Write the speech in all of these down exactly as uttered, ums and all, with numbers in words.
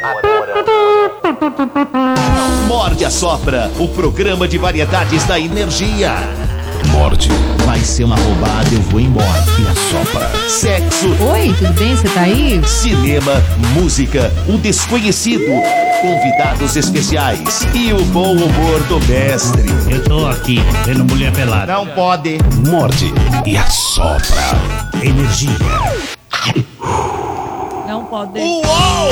Morde a Sopra, o programa de variedades da Energia. Morde. Vai ser uma roubada, eu vou embora. E a Sopra. Sexo. Oi, tudo bem? Você tá aí? Cinema, música, o desconhecido, convidados especiais e o bom humor do mestre. Eu tô aqui, vendo mulher pelada. Não pode. Morde e assopra. Energia. Não pode. Uou!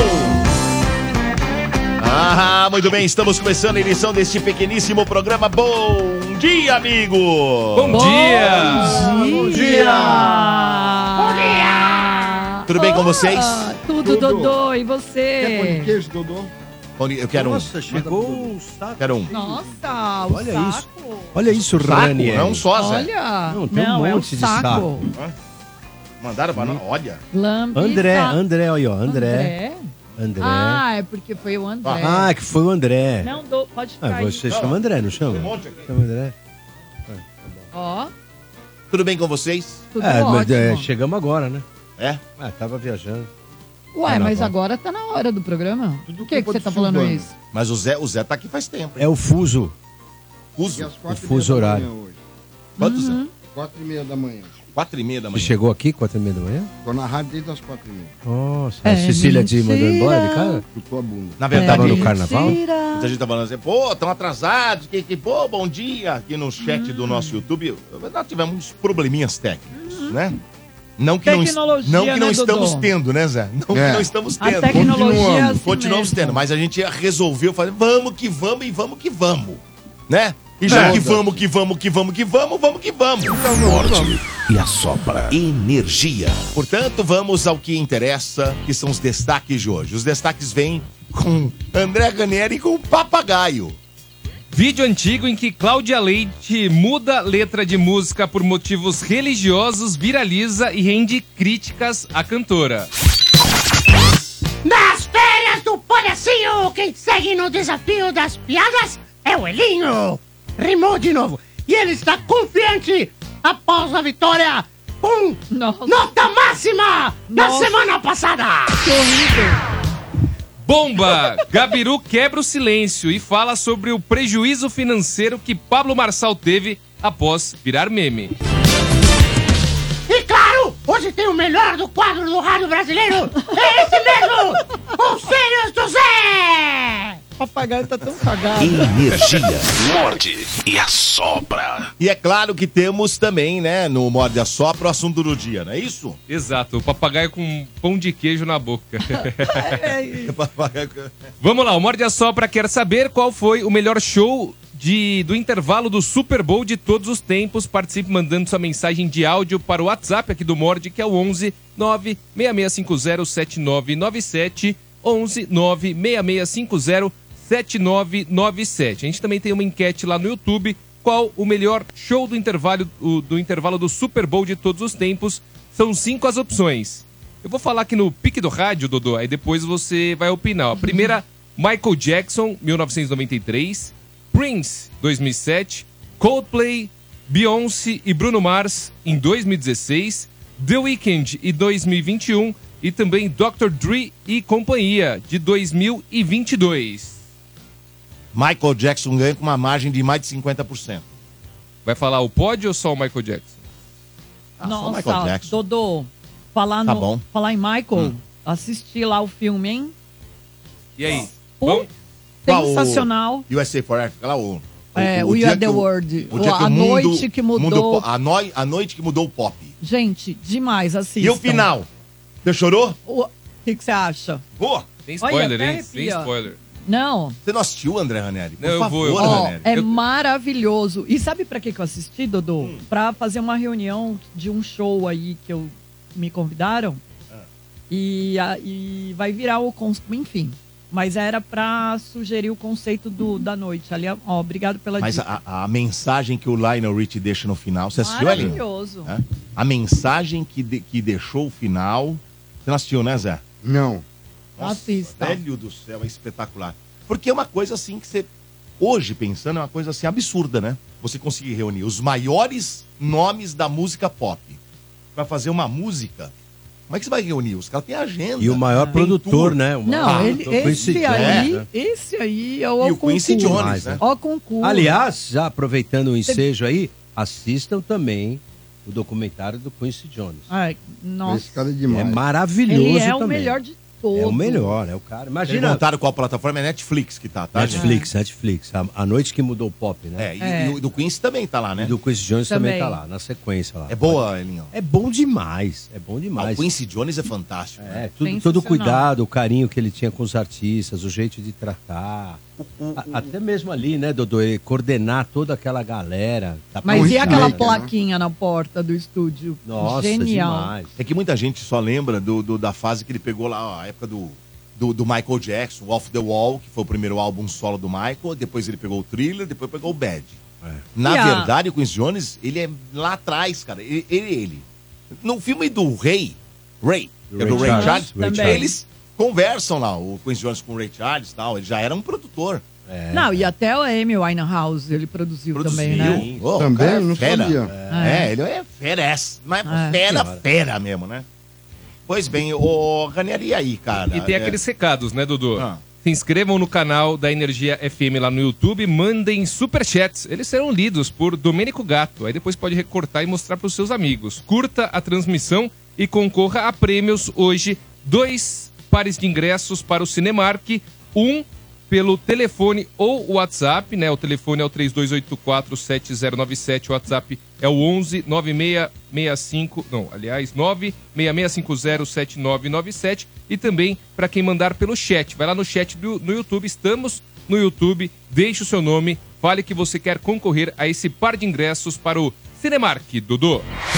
Ah, muito bem, estamos começando a edição deste pequeníssimo programa. Bom dia, amigo! Bom, Bom dia! Bom dia! Bom dia! Tudo bem com vocês? Ah, tudo, Dodô. Dodô, e você? Quer pão de queijo, Dodô? Eu quero Nossa, um. chegou o saco. Quero um. Nossa, o Olha saco. isso. Olha isso, Saco, Ranieri. não só, Zé. Olha. Não, tem não, um é o monte de saco. saco. Mandaram pra nós, olha. Lambista. André, André, olha, ó, André. André. André. Ah, é porque foi o André. Ah, que foi o André. Não, do, pode ficar Ah, aí. você chama André, não chama? Tem um monte aqui. Chama André. Ó, Tudo bem com vocês? tudo É, mas ótimo. é, chegamos agora, né? É? Ah, tava viajando. Ué, mas Carnaval. agora tá na hora do programa. Tudo Por que, que culpa você do tá falando Silvano. isso? Mas o Zé, o Zé tá aqui faz tempo. É o fuso. E Uso. às quatro O fuso e meia horário. da manhã hoje. Quantos? Uhum. Zé? Quatro e meia da manhã. Quatro e meia da Você manhã. chegou aqui quatro e meia da manhã? Tô na rádio desde as quatro e meia. Nossa, É a Cecília te mandou mentira. embora de casa? Chutou a bunda. Na É verdade, Tava no carnaval? mentira. muita gente tá falando assim, pô, estão atrasados, que, que, pô, bom dia, aqui no chat do nosso YouTube. Nós tivemos uns probleminhas técnicos, né? Não que não, es- Tecnologia, não, que não né, estamos Dodô? tendo, né, Zé? Não É. que não estamos A tendo. tecnologia é Continuamos, assim continuamos mesmo. tendo, mas a gente resolveu fazer, vamos que vamos e vamos que vamos, né? E já É. que vamos, que vamos, que vamos, que vamos, vamos que vamos. Morde e assopra. Energia. Portanto, vamos ao que interessa, que são os destaques de hoje. Os destaques vêm com André Ranieri e com o Papagaio. Vídeo antigo em que Cláudia Leite muda letra de música por motivos religiosos, viraliza e rende críticas à cantora. Nas férias do Palhacinho, quem segue no desafio das piadas é o Elinho. Rimou de novo. E ele está confiante após a vitória com Nossa. nota máxima na Nossa. semana passada. Que horrível. Bomba! Gabiru quebra o silêncio e fala sobre o prejuízo financeiro que Pablo Marçal teve após virar meme. E claro, hoje tem o melhor do quadro do rádio brasileiro. É esse mesmo, Conselhos do Zé. O papagaio tá tão cagado. Energia. Morde e assopra. E é claro que temos também, né, no Morde e Assopra o assunto do dia, não é isso? Exato, o papagaio com pão de queijo na boca. É, Vamos lá, o Morde e Assopra quer saber qual foi o melhor show de, do intervalo do Super Bowl de todos os tempos. Participe mandando sua mensagem de áudio para o WhatsApp aqui do Morde, que é o onze nove seis seis cinco zero sete nove nove sete, onze nove seis seis cinco zero sete nove nove sete. A gente também tem uma enquete lá no YouTube. Qual o melhor show do intervalo, o, do intervalo do Super Bowl de todos os tempos? São cinco as opções. Eu vou falar aqui no pique do rádio, Dodô, aí depois você vai opinar. A primeira, Michael Jackson, mil novecentos e noventa e três. Prince, dois mil e sete. Coldplay, Beyoncé e Bruno Mars, em dois mil e dezesseis. The Weeknd, em dois mil e vinte e um. E também doutor Dre e companhia, de dois mil e vinte e dois. Michael Jackson ganha com uma margem de mais de cinquenta por cento. Vai falar o pódio ou só o Michael Jackson? Ah, só Michael Nossa, Jackson. Dodô, falar, Tá no, bom. falar em Michael, Hum. assisti lá o filme, hein? E aí? Pô, Bom? Qual o- sensacional. U S A for Africa, lá o... É, o You dia Are The que o- World. O dia O- que a o mundo, noite que mudou- mundo po- a, noi, a noite que mudou o pop. Gente, demais, assistam. E o final? Você chorou? O que que você acha? Pô, Tem Olha, spoiler, até hein? Tem arrepia. spoiler. Não, você não assistiu, André Ranieri? Por Não, eu favor, vou, eu vou. ó, Ranieri. é Eu- maravilhoso. E sabe pra que que eu assisti, Dodô? Hum. Pra fazer uma reunião de um show aí que eu me convidaram. Ah. E, a- e vai virar o... cons- Enfim, mas era pra sugerir o conceito do, da noite. Ali, ó, obrigado pela Mas dica. a, a mensagem que o Lionel Richie deixa no final, você assistiu ali? Maravilhoso. É? A mensagem que, de- que deixou o final... Você não assistiu, né, Zé? Não. Assista. Velho do céu, é espetacular. Porque é uma coisa assim que você... Hoje, pensando, é uma coisa assim absurda, né? Você conseguir reunir os maiores nomes da música pop pra fazer uma música Como é que você vai reunir? Os caras têm agenda. E o maior Tem produtor, tour. né? O Não, maior ele, produtor, Quincy esse Jones, aí, né? esse aí é o E o Quincy concurso. Jones, né? Ó concurso. Aliás, já aproveitando o ensejo aí, assistam também o documentário do Quincy Jones. Ai, nossa. Esse cara é demais. É maravilhoso Ele é também. o melhor de todos. É o melhor, é o cara. Eles Imagina. montaram qual plataforma? É Netflix que tá, tá? Netflix, Netflix. A, a noite que mudou o pop, né? É, e, É. e o do Quincy também tá lá, né? E do Quincy Jones também. Também. tá lá, na sequência lá. É boa, Elinho. É bom demais, é bom Ah, o demais. Quincy Jones é fantástico. né? É, tudo, Sensacional. todo o cuidado, o carinho que ele tinha com os artistas, o jeito de tratar. A- até mesmo ali, né, Dodô, ele coordenar toda aquela galera. Tá Mas muito e aquela legal, né? plaquinha na porta do estúdio? Nossa, Genial. demais. É que muita gente só lembra do, do- da fase que ele pegou lá, ó, a época do, do, do Michael Jackson, Off the Wall, que foi o primeiro álbum solo do Michael, depois ele pegou o Thriller, depois pegou o Bad. É. Na E a- verdade, o Quincy Jones, ele é lá atrás, cara. Ele, ele, ele. No filme do Ray, Ray, Do que é do Ray Ray Charles. Charles, Ray Também. Charles. eles conversam lá, o Quincy Jones com o Ray Charles e tal, ele já era um produtor. É. Não, e até o Amy Winehouse ele produziu, Produziu. também, né? Oh, o Também? cara é Não fera. sabia. É, ele é feres, mas É. fera, Senhora. fera mesmo, né? Pois bem, ô Ranieri, e aí, cara? E tem É, aqueles recados, né, Dudu? Ah. Se inscrevam no canal da Energia F M lá no YouTube, mandem superchats. Eles serão lidos por Domênico Gato. Aí depois pode recortar e mostrar para os seus amigos. Curta a transmissão e concorra a prêmios hoje. Dois pares de ingressos para o Cinemark. Um pelo telefone ou WhatsApp, né? O telefone é o três dois oito quatro sete zero nove sete, o WhatsApp é o onze nove seis seis cinco, não, aliás, nove seis seis cinco zero sete nove nove sete, e também para quem mandar pelo chat. Vai lá no chat do no YouTube, estamos no YouTube, deixe o seu nome, fale que você quer concorrer a esse par de ingressos para o Cinemark, Dudu.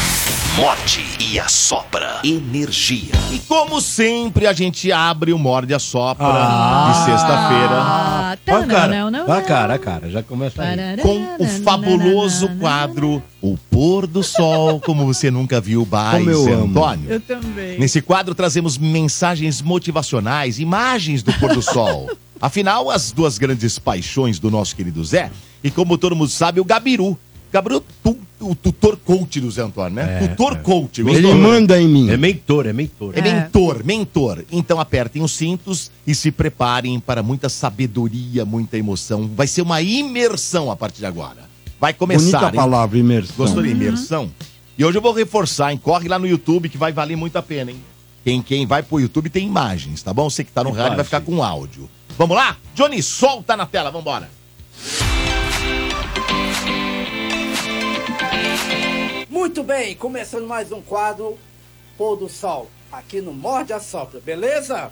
Morde e assopra energia. E como sempre, a gente abre o Morde e Assopra Ah. de sexta-feira Ah, Olha a cara, não, não, olha a não. cara, a cara, já começa aí. com o fabuloso quadro O Pôr do Sol, como você nunca viu, Baís Como eu amo. Antônio. Eu também. Nesse quadro trazemos mensagens motivacionais, imagens do pôr do sol. Afinal, as duas grandes paixões do nosso querido Zé, e como todo mundo sabe, o Gabiru. Gabiru, tu, o tutor coach do Zé Antônio, né? É, tutor é. coach. Ele gostou? manda em mim. É mentor, é mentor. É mentor, mentor. Então apertem os cintos e se preparem para muita sabedoria, muita emoção. Vai ser uma imersão a partir de agora. Vai começar, Bonita hein? palavra, imersão. Gostou de imersão? E hoje eu vou reforçar, hein? Corre lá no YouTube que vai valer muito a pena, hein? Quem, quem vai pro YouTube tem imagens, tá bom? Você que tá no rádio vai ficar com áudio. Vamos lá? Johnny, solta na tela, vambora. Muito bem, começando mais um quadro Pôr do Sol, aqui no Morde a Sopra, beleza?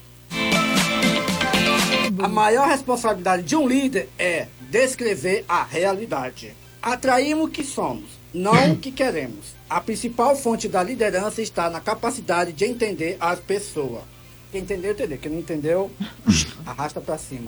A maior responsabilidade de um líder é descrever a realidade. Atraímos o que somos, não o que queremos. A principal fonte da liderança está na capacidade de entender as pessoas. Quem entendeu, entendeu. Quem não entendeu, arrasta pra cima.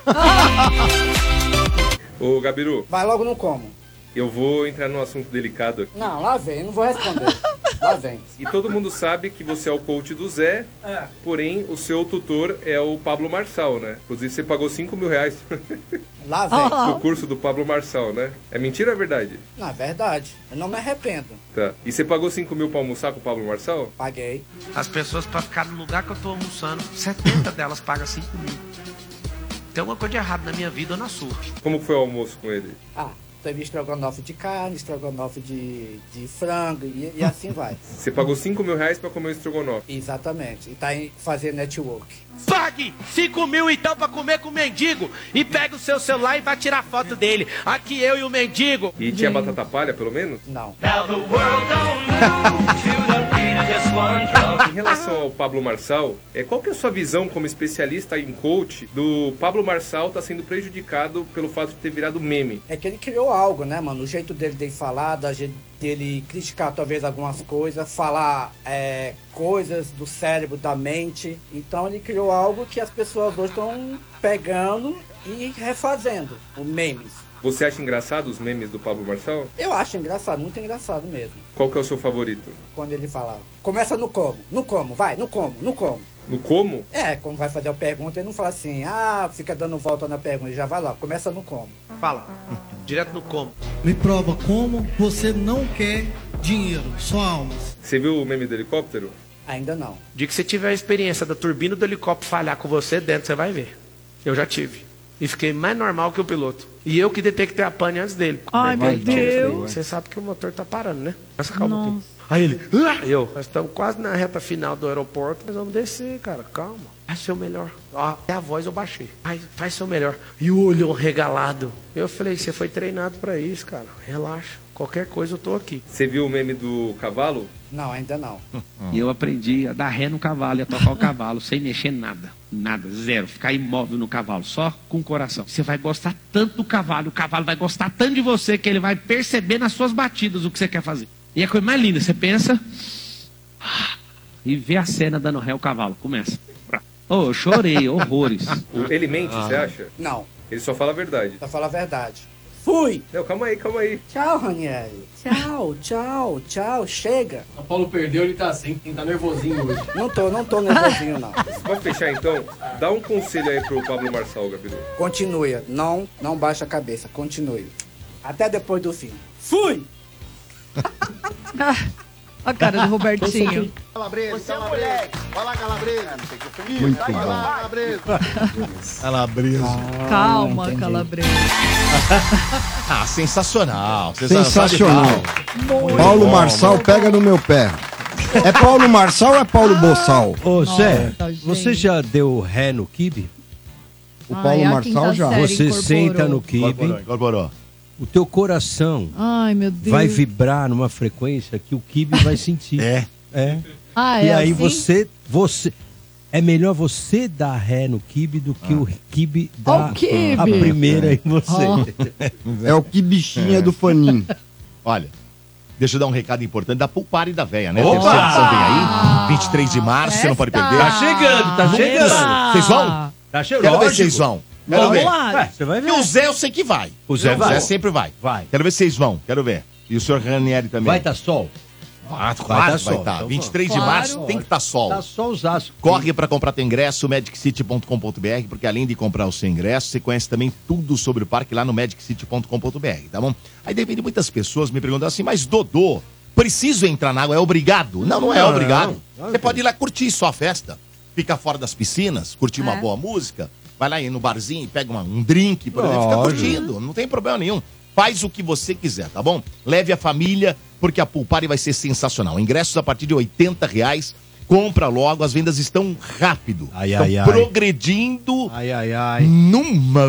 Ô, Gabiru, Vai logo no como. eu vou entrar num assunto delicado aqui. Não, lá vem, não vou responder. Lá vem. E todo mundo sabe que você é o coach do Zé, É. porém o seu tutor é o Pablo Marçal, né? Inclusive você pagou cinco mil reais Lá vem. no curso do Pablo Marçal, né? É mentira ou é verdade? Na verdade, eu não me arrependo. Tá. E você pagou cinco mil pra almoçar com o Pablo Marçal? Paguei. As pessoas, pra ficar no lugar que eu tô almoçando, setenta delas pagam cinco mil. Tem alguma coisa de errado na minha vida ou na sua. Como foi o almoço com ele? Ah, teve estrogonofe de carne, estrogonofe de, de frango e, e assim vai. Você pagou cinco mil reais pra comer o estrogonofe. Exatamente. E tá em fazer network. Pague cinco mil então pra comer com o mendigo. E pega o seu celular e vai tirar foto dele. Aqui eu e o mendigo. E tinha batata palha, pelo menos? Não. Em relação ao Pablo Marçal, é, qual que é a sua visão como especialista em coach do Pablo Marçal tá sendo prejudicado pelo fato de ter virado meme? É que ele criou algo, né, mano? O jeito dele de falar, da jeito dele criticar talvez algumas coisas, falar é, coisas do cérebro, da mente. Então ele criou algo que as pessoas hoje estão pegando e refazendo, o memes. Você acha engraçado os memes do Pablo Marçal? Eu acho engraçado, muito engraçado mesmo. Qual que é o seu favorito? Quando ele falava. Começa no como, no como, vai, no como, no como. No como? É, quando vai fazer a pergunta, ele não fala assim, ah, fica dando volta na pergunta, ele já vai lá, começa no como. Fala. Direto no como. Me prova como você não quer dinheiro, só almas. Você viu o meme do helicóptero? Ainda não. O dia que você tiver a experiência da turbina do helicóptero falhar com você dentro, você vai ver. Eu já tive. E fiquei mais normal que o piloto. E eu que detectei a pane antes dele. Ai, meu Deus. Você sabe que o motor tá parando, né? Mas calma um pouquinho. Aí ele, ah! eu, nós estamos quase na reta final do aeroporto, nós vamos descer, cara, calma. Faz seu melhor. Ó, até a voz eu baixei. Faz, faz seu melhor. E o olho regalado. Eu falei, você foi treinado pra isso, cara. Relaxa. Qualquer coisa eu tô aqui. Você viu o meme do cavalo? Não, ainda não. E eu aprendi a dar ré no cavalo e a tocar o cavalo sem mexer nada. Nada, zero. Ficar imóvel no cavalo, só com o coração. Você vai gostar tanto do cavalo, o cavalo vai gostar tanto de você que ele vai perceber nas suas batidas o que você quer fazer. E a coisa mais linda, você pensa e vê a cena dando ré ao cavalo. Começa. Oh, eu chorei, horrores. Ele mente, você acha? Não, Ele só fala a verdade. pra falar a verdade. Fui! Não, calma aí, calma aí. Tchau, Ranieri. Tchau, tchau, tchau. Chega. O Paulo perdeu, ele tá assim, ele tá nervosinho hoje. Não tô, não tô nervosinho, não. Vamos fechar então? Dá um conselho aí pro Pablo Marçal, Gabiru. Continue. Não, não baixa a cabeça. Continue. Até depois do fim. Fui! A cara do Robertinho. Calabresa, você é moleque. Vai lá, Calabresa. Muito Vai bom. lá, Calabresa. Calabresa. Calma, Calabresa. Ah, sensacional. Sensacional. Muito Paulo bom, Marçal muito pega no meu pé. É Paulo Marçal ou é Paulo Boçal? Ô, Zé, Nossa, gente. você já deu ré no kibe? O Ai, Paulo a Marçal quinta já. série. Você incorporou. senta no Incorporou, kibe, incorporou. o teu coração Ai, meu Deus. vai vibrar numa frequência que o kibe vai sentir. É. É. Ah, E é aí assim? você, você... É melhor você dar ré no kibe do que o kibe Ó dar o quibe. a primeira em você. Ó. É o que bichinha do faninho. Olha, deixa eu dar um recado importante da Pulpar e da Véia, né? Opa! Terceira edição vem aí, vinte e três de março, você não pode Festa! perder. Tá chegando, tá Isso. chegando. Vocês vão? Tá chegando. Quero ver se vocês vão. Quero Vamos ver. lá. Ué, você vai E ver. o Zé eu sei que vai. O Zé vai. O Zé sempre vai. Vai. Quero ver se vocês vão, quero ver. E o senhor Ranieri também. Vai tá sol? Ah, Vai claro tá que vai sol, estar. então vinte e três de Claro. março tem que estar sol. Tá só os aços. Corre para comprar teu ingresso, magic city ponto com ponto b r, porque além de comprar o seu ingresso, você conhece também tudo sobre o parque lá no magic city ponto com ponto b r, tá bom? Aí depende, muitas pessoas me perguntam assim, mas Dodô, preciso entrar na água, é obrigado? Não, não é Não, obrigado. não, Você pode ir lá curtir só a festa, fica fora das piscinas, curtir uma É. boa música, vai lá no barzinho e pega uma- um drink, por exemplo, fica Lógico. curtindo, não tem problema nenhum. Faz o que você quiser, tá bom? Leve a família, porque a Pulpari vai ser sensacional. Ingressos a partir de oitenta reais. Compra logo, as vendas estão rápido. Ai, estão ai, ai. progredindo Ai, ai, ai. numa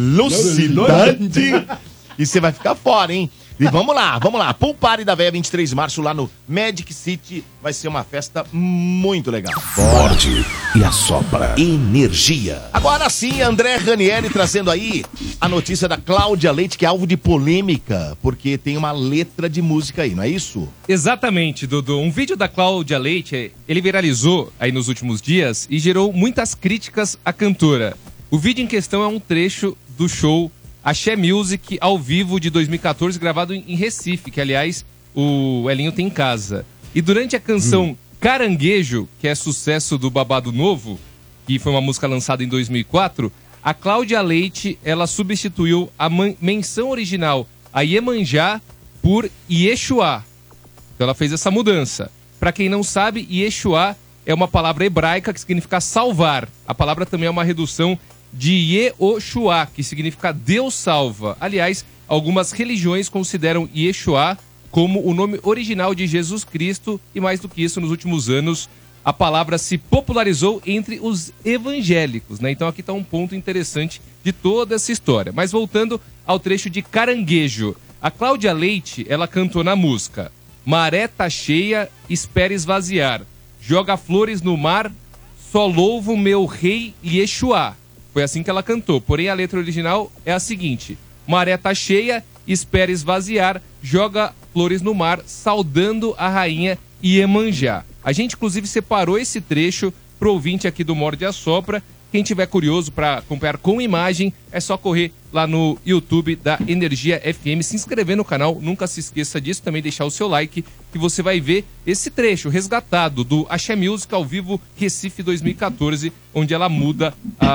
velocidade. E você vai ficar fora, hein? E vamos lá, vamos lá. Pulpari da Véia, vinte e três de março, lá no Magic City. Vai ser uma festa muito legal. Morde e assopra. Energia. Agora sim, André Ranieri trazendo aí a notícia da Cláudia Leite, que é alvo de polêmica, porque tem uma letra de música aí, não é isso? Exatamente, Dudu. Um vídeo da Cláudia Leite, ele viralizou aí nos últimos dias e gerou muitas críticas à cantora. O vídeo em questão é um trecho do show Axé Music ao vivo de dois mil e quatorze, gravado em Recife, que aliás o Elinho tem em casa. E durante a canção Caranguejo, que é sucesso do Babado Novo, que foi uma música lançada em dois mil e quatro, a Cláudia Leite, ela substituiu a man- menção original a Iemanjá por Iexuá. Então ela fez essa mudança. Para quem não sabe, Iexuá é uma palavra hebraica que significa salvar. A palavra também é uma redução de Yehoshua, que significa Deus salva. Aliás, algumas religiões consideram Yeshua como o nome original de Jesus Cristo e, mais do que isso, nos últimos anos a palavra se popularizou entre os evangélicos, né? Então aqui está um ponto interessante de toda essa história. Mas voltando ao trecho de Caranguejo, a Cláudia Leite, ela cantou na música Maré tá cheia, espera esvaziar, joga flores no mar, só louvo meu rei Yeshua. Foi assim que ela cantou, porém a letra original é a seguinte: maré tá cheia, espera esvaziar, joga flores no mar, saudando a rainha Iemanjá. A gente inclusive separou esse trecho pro ouvinte aqui do Morde e Assopra. Quem tiver curioso para acompanhar com imagem, é só correr lá no YouTube da Energia F M, se inscrever no canal, nunca se esqueça disso, também deixar o seu like, que você vai ver esse trecho resgatado do Axé Music ao vivo Recife dois mil e quatorze, onde ela muda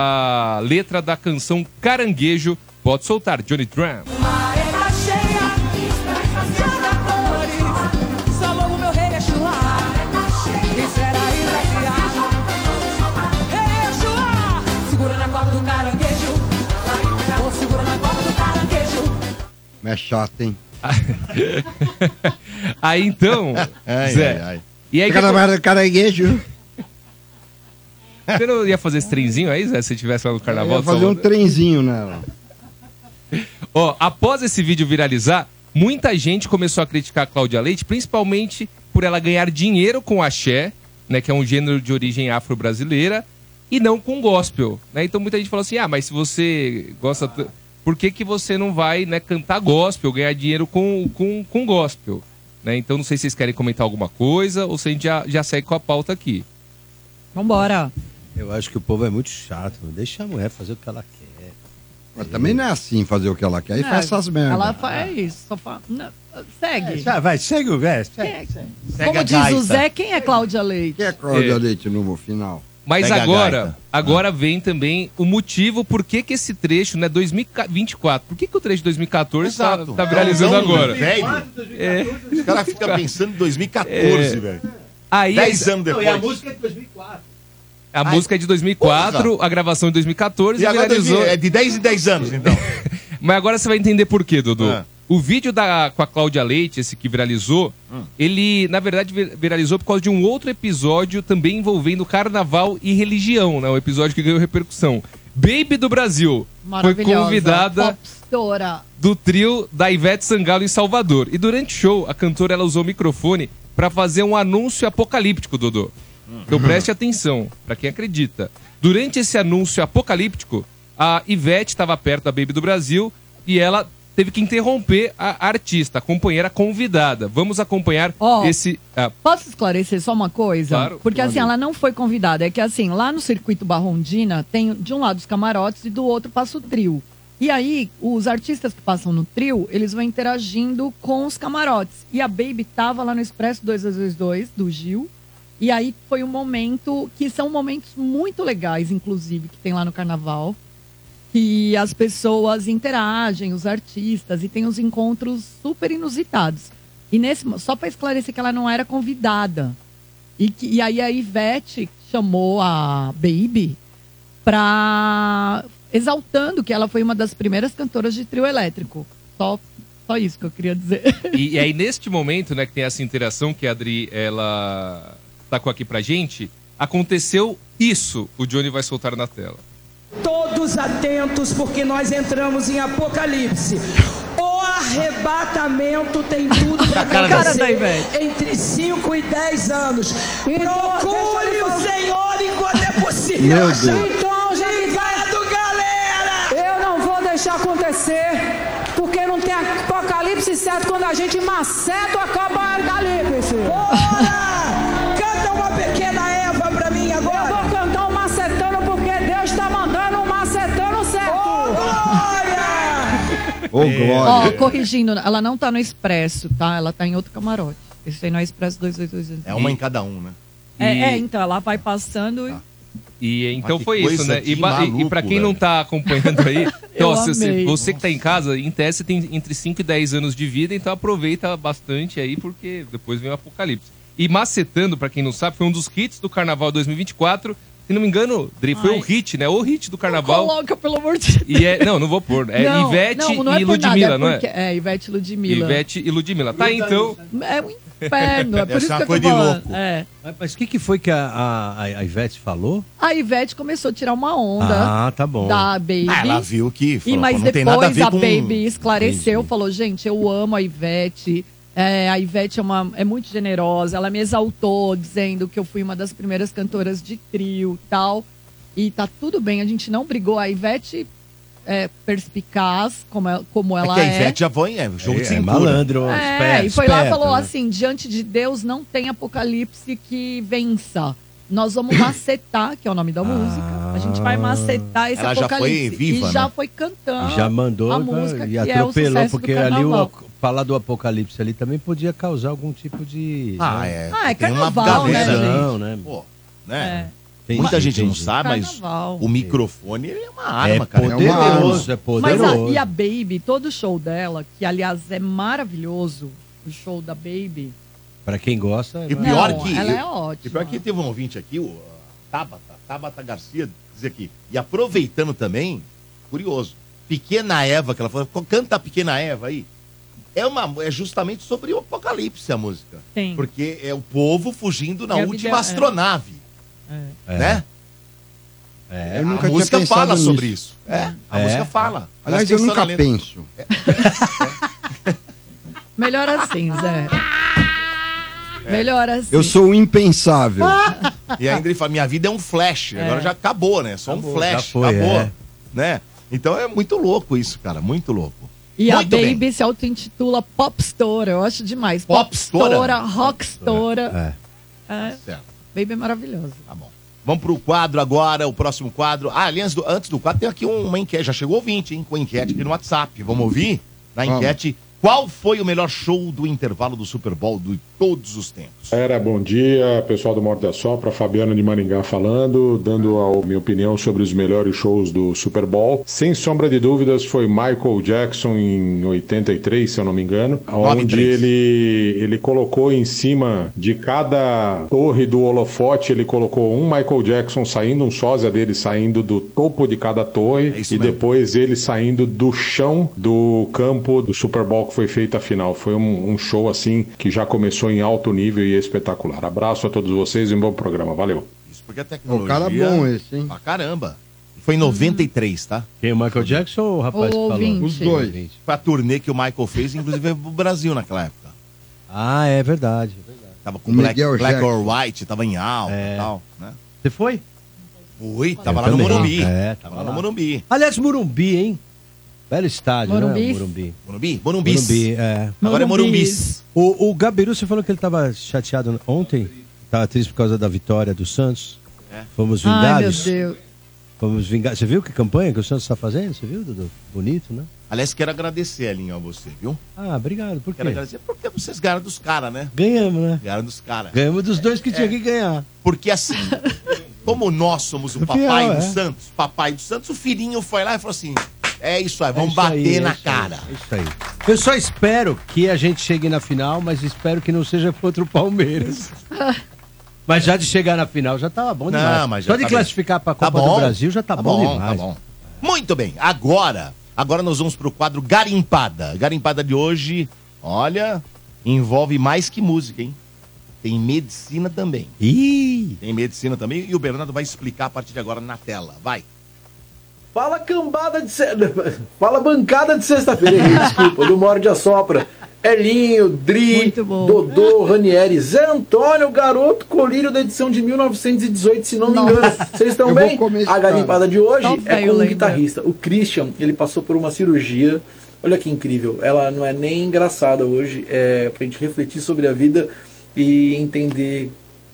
a letra da canção Caranguejo. Pode soltar, Johnny Drum. Só logo meu rei é chulá. Quem será segura na corda do caranguejo. Vou segura na corda do caranguejo. É chato, hein? Aí então, Ai, Zé. ai, ai. E aí que Fica na barra do caranguejo. Você não ia fazer esse trenzinho aí, Zé, se tivesse lá no carnaval? Eu ia fazer um trenzinho nela. Ó, após esse vídeo viralizar, muita gente começou a criticar a Cláudia Leite, principalmente por ela ganhar dinheiro com axé, né, que é um gênero de origem afro-brasileira, e não com gospel, né? Então muita gente falou assim, ah, mas se você gosta... T... Por que que você não vai, né, cantar gospel, ganhar dinheiro com, com, com gospel? Né? Então não sei se vocês querem comentar alguma coisa ou se a gente já, já segue com a pauta aqui. Vambora. Eu acho que o povo é muito chato, não deixa a mulher fazer o que ela quer. Mas também não é assim fazer o que ela quer e É, faz essas merdas. Ela faz, só fa... não, segue. É, já vai, segue o Zé. Segue, Quem é- Como diz o Zé, quem é Cláudia Leite? Quem é Cláudia É. Leite no final? Mas Pega a agora, gaita. agora vem também o motivo por que que esse trecho, né, dois mil e vinte e quatro, por que que o trecho de dois mil e quatorze tá, Exato. tá viralizando É um agora? velho. É. Os caras ficam pensando em dois mil e quatorze, É. velho. Aí, Dez anos Não, depois. e a música é de dois mil e quatro. a Ai, música é de dois mil e quatro, a gravação de dois mil e quatorze, E agora viralizou. é de dez em dez anos, então. Mas agora você vai entender por quê, Dudu. Ah. O vídeo da, com a Cláudia Leite, esse que viralizou, Hum. ele, na verdade, vir- viralizou por causa de um outro episódio também envolvendo carnaval e religião, né? Um episódio que ganhou repercussão. Baby do Brasil foi Maravilhosa. convidada Popstora. do trio da Ivete Sangalo em Salvador. E durante o show, a cantora ela usou o microfone para fazer um anúncio apocalíptico, Dudu. Então preste atenção, para quem acredita. Durante esse anúncio apocalíptico, a Ivete estava perto da Baby do Brasil e ela teve que interromper a artista, a companheira convidada. Vamos acompanhar Ó, esse... ah, Posso esclarecer só uma coisa? Claro. Porque assim, Claro. ela não foi convidada. É que assim, lá no circuito Barrondina, tem de um lado os camarotes e do outro passa o trio. E aí, os artistas que passam no trio, eles vão interagindo com os camarotes. E a Baby tava lá no Expresso dois dois dois dois, do Gil. E aí foi um momento, que são momentos muito legais, inclusive, que tem lá no Carnaval. Que as pessoas interagem, os artistas, e tem uns encontros super inusitados. E nesse, só para esclarecer que ela não era convidada. E, que, e aí a Ivete chamou a Baby para exaltando que ela foi uma das primeiras cantoras de trio elétrico. Só, só isso que eu queria dizer. E, e aí, neste momento, né, que tem essa interação que a Adri, ela tacou aqui pra gente, aconteceu isso. O Johnny vai soltar na tela. Todos atentos, porque nós entramos em Apocalipse. O arrebatamento tem tudo para acontecer entre cinco e dez anos. Procure o Senhor enquanto é possível. Meu Deus. Então, gente, galera! Eu não vou deixar acontecer, porque não tem apocalipse certo quando a gente maceta acaba o apocalipse. Bora! Canta uma pequena Eva pra mim agora. Eu vou cantar um macetano porque Deus tá mandando um macetano certo. Ô, Ó, Glória. corrigindo, ela não tá no Expresso, tá? Ela tá em outro camarote. Esse aí não é Expresso dois dois dois dois. É uma em cada um, né? É, E- é, então, ela vai passando e... E então que foi isso, coisa né? de E, ba- e- e maluco, pra quem velho. não tá acompanhando aí, então, ó, Eu se- se- amei. você que tá em casa, em tese você tem entre cinco e dez anos de vida, então aproveita bastante aí, porque depois vem o apocalipse. E Macetando, pra quem não sabe, foi um dos hits do Carnaval dois mil e vinte e quatro. Se não me engano, Dri, foi Ai. o hit, né? O hit do Carnaval. Coloca, pelo amor de Deus. E é, não, não vou pôr. É Não, Ivete não, não é e por nada, Ludmilla, é não é? porque- É, Ivete e Ludmilla. Ivete e Ludmilla. Tá, então. É um inferno, é por Essa isso é que uma eu tô coisa de falando. louco. É. Mas- Mas o que, que foi que a, a, a Ivete falou? A Ivete começou a tirar uma onda Ah, tá bom. da Baby. Ah, ela viu que E falou, mas pô, não tem nada a depois ver a, com... Baby esclareceu, Entendi. falou, gente, eu amo a Ivete. É, a Ivete é, uma, é muito generosa. Ela me exaltou, dizendo que eu fui uma das primeiras cantoras de trio e tal. E tá tudo bem, a gente não brigou. A Ivete é perspicaz, como, ela- como É ela que a é. Ivete já foi, é, jogo de É, cintura. malandro, É, esperto, e foi lá e esperto, falou né? assim: diante de Deus não tem apocalipse que vença. Nós vamos macetar, que é o nome da música. A gente vai macetar esse Ela já foi apocalipse. viva, e já né? foi cantando. Já mandou a pra- música e que é o atropelou, sucesso do porque ali carnaval. o, falar do apocalipse ali também podia causar algum tipo de. Ah, né? é. Ah, é tem uma carnaval, né, gaveta, Não, né? Pô, né? É. Entendi, Muita gente não entendi. sabe, mas Carnaval. o microfone ele é uma arma, É cara. poderoso, é Mas poderoso. a, e a Baby, todo o show dela, que aliás é maravilhoso, o show da Baby. Pra quem gosta. E vai- pior Não, que. ela eu- é ótima. E pior que teve um ouvinte aqui, o Tabata, Tabata Garcia, dizer aqui. E aproveitando também, curioso, Pequena Eva, que ela falou, canta a Pequena Eva aí. É, uma, é justamente sobre o apocalipse a música. Sim. Porque é o povo fugindo na É a última vida- astronave. É. Né? É, Eu nunca a tinha música pensado fala nisso. sobre isso. É, a É. música fala. Aliás, tem eu que nunca ser na letra. penso. Melhor assim, Zé. Melhor assim. Eu sou o impensável. E ainda ele fala, minha vida é um flash. Agora já acabou, né? Só Acabou, um flash. já foi, acabou. é. Né? Então é muito louco isso, cara. Muito louco. E a Muito Baby bem. se auto-intitula Popstora, eu acho demais. Popstora? Popstora, Rockstora. É. É. Certo. Baby é maravilhoso. Tá bom. Vamos pro quadro agora, o próximo quadro. Ah, aliás, do- antes do quadro, tem aqui uma enquete. Já chegou ouvinte, hein? Com enquete aqui no WhatsApp. Vamos ouvir? Na Vamos. enquete, qual foi o melhor show do intervalo do Super Bowl de todos os tempos? Era, bom dia, pessoal do Morte da Sopra, Fabiana de Maringá falando, dando a minha opinião sobre os melhores shows do Super Bowl. Sem sombra de dúvidas, foi Michael Jackson em oitenta e três, se eu não me engano, onde ele, ele colocou em cima de cada torre do holofote, ele colocou um Michael Jackson saindo, um sósia dele saindo do topo de cada torre, É isso e mesmo. depois ele saindo do chão do campo do Super Bowl que foi feito a final. Foi um, um show assim que já começou em alto nível e espetacular. Abraço a todos vocês e um bom programa. Valeu. Isso porque a tecnologia... O cara bom esse, hein? Pra caramba. Foi em noventa e três, tá? Quem, o Michael Jackson ou o rapaz O que falou? ouvinte. Os dois. Foi a turnê que o Michael fez, inclusive veio pro Brasil naquela época. Ah, é verdade. Tava com O Black, Miguel Black Jackson. or White, tava em alta É. e tal, né? Você foi? Fui, tava Eu lá no também. Morumbi. É, tava tava lá lá. no Morumbi. Aliás, Morumbi, hein? Belo estádio, Morumbi? né? Morumbi. Morumbi? Morumbis. Morumbi, é. Agora é Morumbis. O, o Gabiru, você falou que ele tava chateado ontem? Tava triste por causa da vitória do Santos? É. Fomos Ai, meu vingados? Deus. Fomos vingados. Você viu que campanha que o Santos tá fazendo? Você viu, Dudu? Bonito, né? Aliás, quero agradecer, Elinho, a você, viu? Ah, obrigado. Por quê? Quero agradecer porque vocês ganharam dos caras, né? Ganhamos, né? Ganharam dos caras. Ganhamos dos dois que tinha que ganhar. Porque assim, como nós somos o Fiel, papai do é. Santos, papai do Santos, o filhinho foi lá e falou assim: é isso aí, É vamos isso bater aí, é na isso cara. aí, é isso aí. Eu só espero que a gente chegue na final, mas espero que não seja contra o Palmeiras. Mas já de chegar na final já tava bom demais. Não, mas já Só de tá classificar bem. pra Tá Copa bom, do Brasil já tá, tá bom, bom, demais. tá bom. Muito bem, agora, agora nós vamos pro quadro Garimpada. Garimpada de hoje, olha, envolve mais que música, hein? Tem medicina também. Ih! Tem medicina também e o Bernardo vai explicar a partir de agora na tela. Vai. Fala cambada de se... Fala bancada de sexta-feira, errei, desculpa, do Morde a Sopra. Elinho, Dri, Dodô, Ranieri, Zé Antônio, garoto colírio da edição de mil novecentos e dezoito, se não me engano. Vocês estão Eu vou bem? comer esse A garimpada cara. de hoje Só é velho com um lembra. guitarrista. O Christian, ele passou por uma cirurgia. Olha que incrível. Ela não é nem engraçada hoje. É pra gente refletir sobre a vida e entender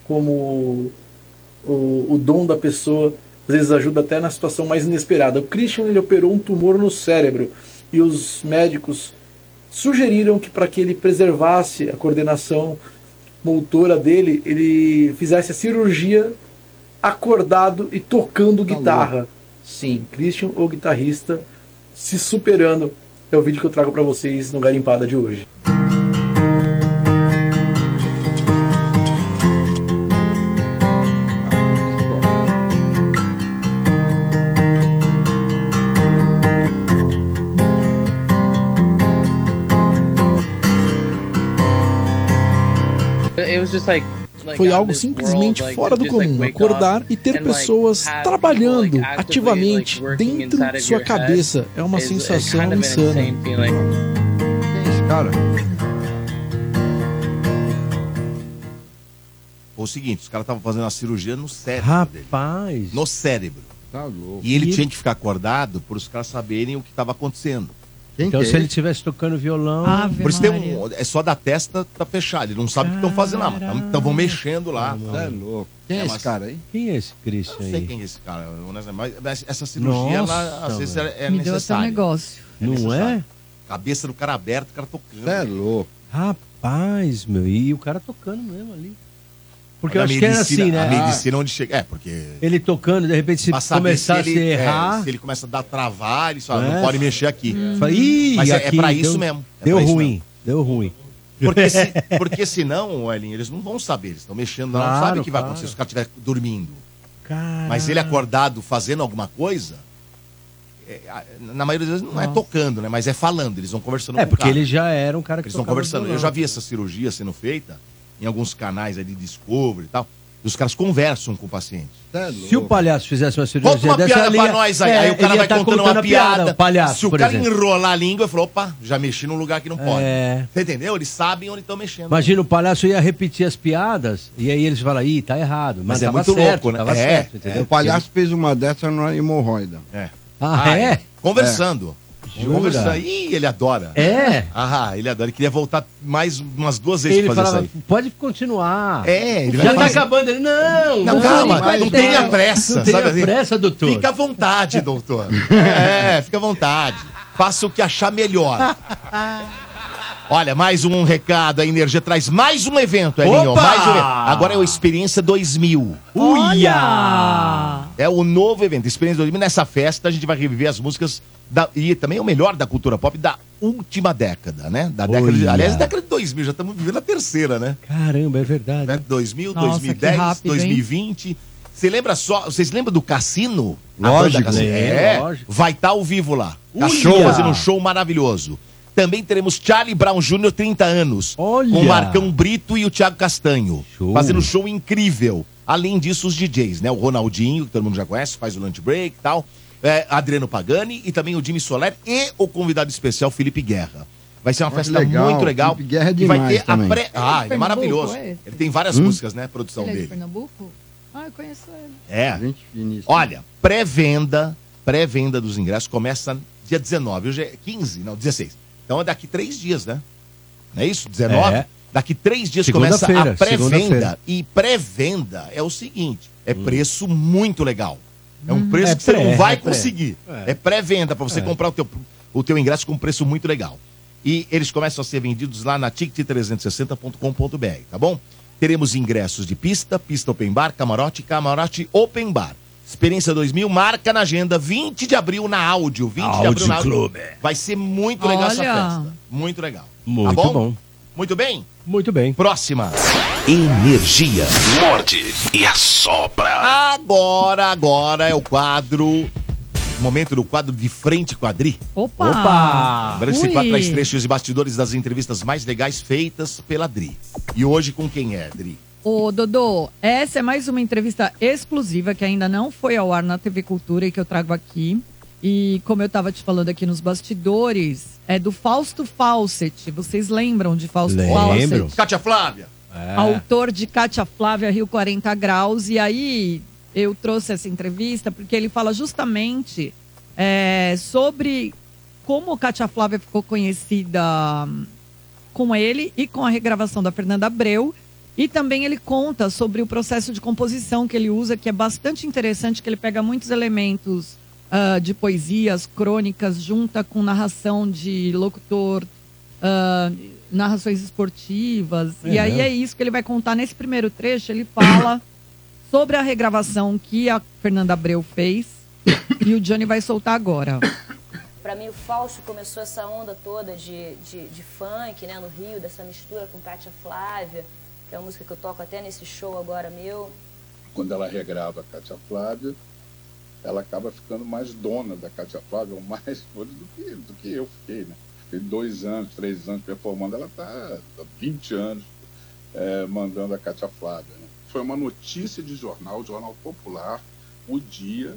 como o, o dom da pessoa às vezes ajuda até na situação mais inesperada. O Christian, ele operou um tumor no cérebro e os médicos sugeriram que para que ele preservasse a coordenação motora dele, ele fizesse a cirurgia acordado e tocando guitarra. Sim, Christian, o guitarrista, se superando. É o vídeo que eu trago para vocês no Garimpada de hoje. Foi algo simplesmente fora do comum, acordar e ter pessoas trabalhando ativamente dentro de sua cabeça. É uma sensação insana. Quem é esse cara? Foi o seguinte, os caras estavam fazendo a cirurgia no cérebro dele. Rapaz. No cérebro. Tá louco. E ele E- tinha que ficar acordado para os caras saberem o que estava acontecendo. Quem Então que é se ele ele? estivesse tocando violão... Ave Por isso tem Maria. um, é só da testa tá fechado. Ele não sabe o que estão fazendo lá, mas estão vão mexendo lá. Você é louco. Quem é É, esse mas- cara aí? Quem é esse Eu Christian não sei aí? quem é esse cara, honestamente, mas essa cirurgia, ela, Nossa, às vezes, velho. é é Me deu até um necessária. negócio. Não necessário. é? Cabeça do cara aberta, o cara tocando. Você é louco. Rapaz, meu, e o cara tocando mesmo ali. Porque eu A acho que era medicina- assim, né? A medicina onde chega. É, porque. Ele tocando, de repente, se pra saber começar se a ele, se errar... é, se ele começa a dar travar, ele só É. não pode mexer aqui. Fala, "Ih, Mas é, é aqui pra deu- isso mesmo. É Deu pra isso ruim, mesmo. deu ruim. Porque, se, porque senão, Elinho, eles não vão saber. Eles estão mexendo lá, não Claro, sabem o que vai claro. acontecer se o cara estiver dormindo. Mas ele acordado fazendo alguma coisa, é, na maioria das vezes não é tocando, né? Mas é falando, eles vão conversando É, com o porque cara. ele já era um cara que Eles vão tocava conversando. violão. Eu já vi essa cirurgia sendo feita em alguns canais aí de Discovery e tal. E os caras conversam com o paciente. Se o palhaço fizesse uma cirurgia Conta uma dessa, piada ele pra ia- nós aí. é, Aí o cara ele ia vai tá contando uma a piada. o palhaço, Se o por cara exemplo. enrolar a língua, ele falou, opa, já mexi num lugar que não pode. É. Você entendeu? Eles sabem onde estão mexendo. Imagina, o palhaço ia repetir as piadas e aí eles falam, ih, tá errado. Mas, Mas é tava muito certo, louco, né? Tava É, certo, entendeu? O palhaço fez uma dessa na hemorroida. É. Ah, é? Conversando. Jura? Conversando. Ih, ele adora. É? Ah, ele adora. Ele queria voltar mais umas duas vezes Ele pra fazer falava, isso aí. pode continuar. É, ele já vai tá fazer. acabando. Ele, não, Não, calma, vai não ter. tenha pressa. Não tenha sabe assim? pressa, doutor. Fica à vontade, doutor. É, fica à vontade. Faça o que achar melhor. Olha, mais um recado. A Energia traz mais um evento, Elinho. Opa! Mais um evento. Agora é o Experiência dois mil. Uia! É o novo evento, Experiência dois mil. Nessa festa a gente vai reviver as músicas da, e também o melhor da cultura pop da última década, né? Da década de, Uia! aliás, década de dois mil. Já estamos vivendo a terceira, né? Caramba, é verdade. Né? dois mil, Nossa, dois mil e que dez, rápido, dois mil e hein? vinte. Você lembra só? Vocês lembram do Cassino? A Lógico. banda Cassino? Lembro, É, lógico. vai estar ao vivo lá. Tá Uia! show, fazendo um show maravilhoso. Também teremos Charlie Brown Júnior, trinta anos. Olha! Com o Marcão Brito e o Thiago Castanho. Show. Fazendo um show incrível. Além disso, os D Js, né? O Ronaldinho, que todo mundo já conhece, faz o lunch break e tal. É, Adriano Pagani e também o Jimmy Soler e o convidado especial, Felipe Guerra. Vai ser uma Olha que festa legal. muito legal. Felipe Guerra é E vai demais ter também. a pré... Ele é de Ah, ele é Pernambuco, maravilhoso. é esse? Ele tem várias Hum? músicas, né? Produção Ele é de dele. Pernambuco? Ah, eu conheço ele. É. Gente finíssima. Olha, pré-venda, pré-venda dos ingressos começa dia dezenove. Hoje é quinze, não, dezesseis. Então é daqui três dias, né? Não é isso? dezenove? É. Daqui três dias começa Segunda-feira, a pré-venda. segunda-feira. E pré-venda é o seguinte, é preço muito legal. É um preço É que você pré, não vai é pré. conseguir. É. É, pré-venda para você É. comprar o teu, o teu ingresso com um preço muito legal. E eles começam a ser vendidos lá na ticket trezentos e sessenta ponto com ponto b r, tá bom? Teremos ingressos de pista, pista open bar, camarote, camarote open bar. Experiência dois mil, marca na agenda, vinte de abril na áudio. vinte de abril na áudio. Clube. Vai ser muito legal essa Olha. festa. Muito legal. Muito tá bom? bom. Muito bem? Muito bem. Próxima. Energia. Morde e assopra. Agora, agora é o quadro. Momento do quadro de frente com a Dri. Opa! Opa! Lembrando que esse Ui. quadro traz trechos e bastidores das entrevistas mais legais feitas pela Dri. E hoje com quem é, Dri? Ô, Dodô, essa é mais uma entrevista exclusiva que ainda não foi ao ar na T V Cultura e que eu trago aqui. E como eu estava te falando aqui nos bastidores, é do Fausto Fawcett. Vocês lembram de Fausto Lembro. Fawcett? Kátia Flávia. É. Autor de Kátia Flávia, Rio quarenta graus. E aí eu trouxe essa entrevista porque ele fala justamente é, sobre como Kátia Flávia ficou conhecida com ele e com a regravação da Fernanda Abreu. E também ele conta sobre o processo de composição que ele usa, que é bastante interessante, que ele pega muitos elementos ah, de poesias, crônicas, junta com narração de locutor, ah, narrações esportivas. É e aí mesmo? é isso que ele vai contar nesse primeiro trecho. Ele fala sobre a regravação que a Fernanda Abreu fez e o Johnny vai soltar agora. Para mim, o Fausto começou essa onda toda de, de, de funk, né, no Rio, dessa mistura com Kátia Flávia, que é uma música que eu toco até nesse show agora meu. Quando ela regrava a Kátia Flávia, ela acaba ficando mais dona da Kátia Flávia, ou mais do que, do que eu fiquei, né? Fiquei dois anos, três anos performando, ela está há vinte anos é, mandando a Kátia Flávia, né? Foi uma notícia de jornal, jornal popular, O Dia,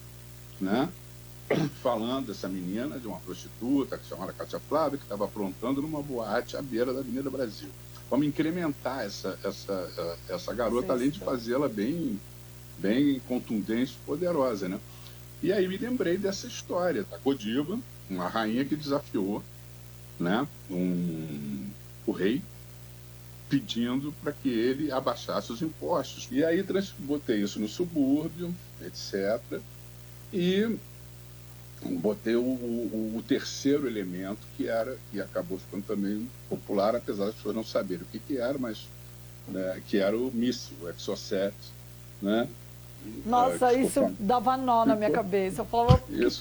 né? Falando dessa menina, de uma prostituta que se chamava Kátia Flávia, que estava aprontando numa boate à beira da Avenida Brasil. Vamos incrementar essa, essa, essa garota, além de fazê-la bem, bem contundente e poderosa, né? E aí me lembrei dessa história da Godiva, uma rainha que desafiou, né, um, o rei, pedindo para que ele abaixasse os impostos. E aí botei isso no subúrbio, etcétera. E botei o, o, o terceiro elemento, que era, que acabou ficando também popular, apesar das pessoas não saberem o que, que era, mas né, que era o míssil, o Exocet, né? Nossa, Uh, isso fam... dava nó na minha ficou... cabeça. Eu falava... Isso.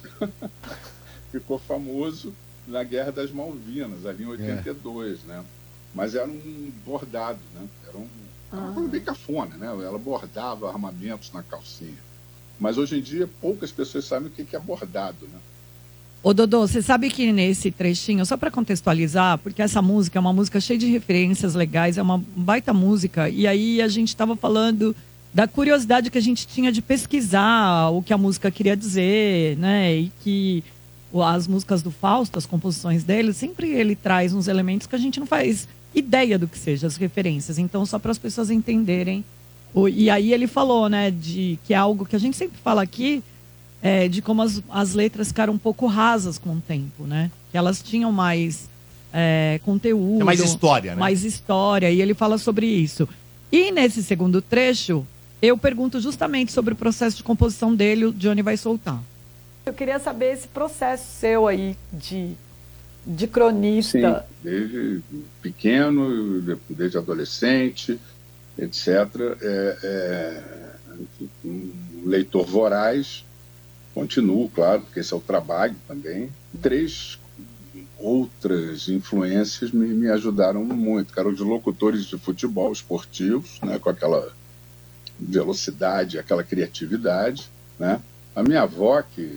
Ficou famoso na Guerra das Malvinas, ali em oitenta e dois, é. né? Mas era um bordado, né? Era um Uma coisa bem cafona, né? Ela bordava armamentos na calcinha. Mas hoje em dia poucas pessoas sabem o que é bordado, né? Ô, Dodô, você sabe que nesse trechinho, só para contextualizar, porque essa música é uma música cheia de referências legais, é uma baita música, e aí a gente estava falando da curiosidade que a gente tinha de pesquisar o que a música queria dizer, né? E que as músicas do Fausto, as composições dele, sempre ele traz uns elementos que a gente não faz ideia do que seja, as referências. Então, só para as pessoas entenderem. O, e aí ele falou, né, de que é algo que a gente sempre fala aqui, é, de como as, as letras ficaram um pouco rasas com o tempo, né? Que elas tinham mais é, conteúdo. É mais história, né? Mais história, e ele fala sobre isso. E nesse segundo trecho, eu pergunto justamente sobre o processo de composição dele, o Johnny vai soltar. Eu queria saber esse processo seu aí de, de cronista. Sim, desde pequeno, desde adolescente, etcétera. É, é, um leitor voraz, continuo, claro, porque esse é o trabalho também. Três outras influências me, me ajudaram muito, que eram de locutores de futebol esportivos, né, com aquela velocidade, aquela criatividade, né? A minha avó, que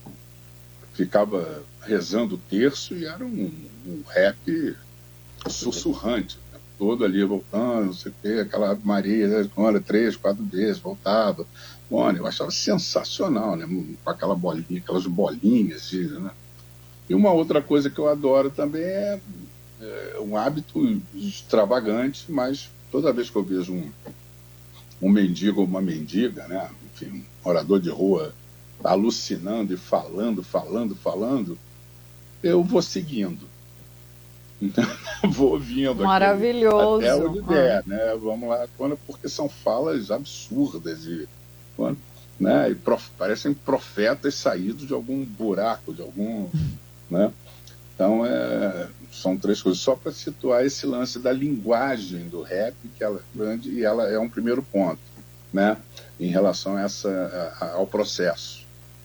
ficava rezando o terço e era um, um rap sussurrante, né? Todo ali voltando, não sei o quê, aquela Ave Maria, olha, três, quatro vezes, voltava. Bom, eu achava sensacional, né? Com aquela bolinha, aquelas bolinhas, né? E uma outra coisa que eu adoro também é, é um hábito extravagante, mas toda vez que eu vejo um, um mendigo ou uma mendiga, né? Enfim, um morador de rua alucinando e falando, falando, falando, eu vou seguindo. Então, vou ouvindo. Maravilhoso. Até onde der, né? Vamos lá, quando, porque são falas absurdas e, quando, né? E prof, parecem profetas saídos de algum buraco, de algum, né? Então, é, são três coisas. Só para situar esse lance da linguagem do rap, que ela é grande, e ela é um primeiro ponto, né? Em relação a essa, a, ao processo.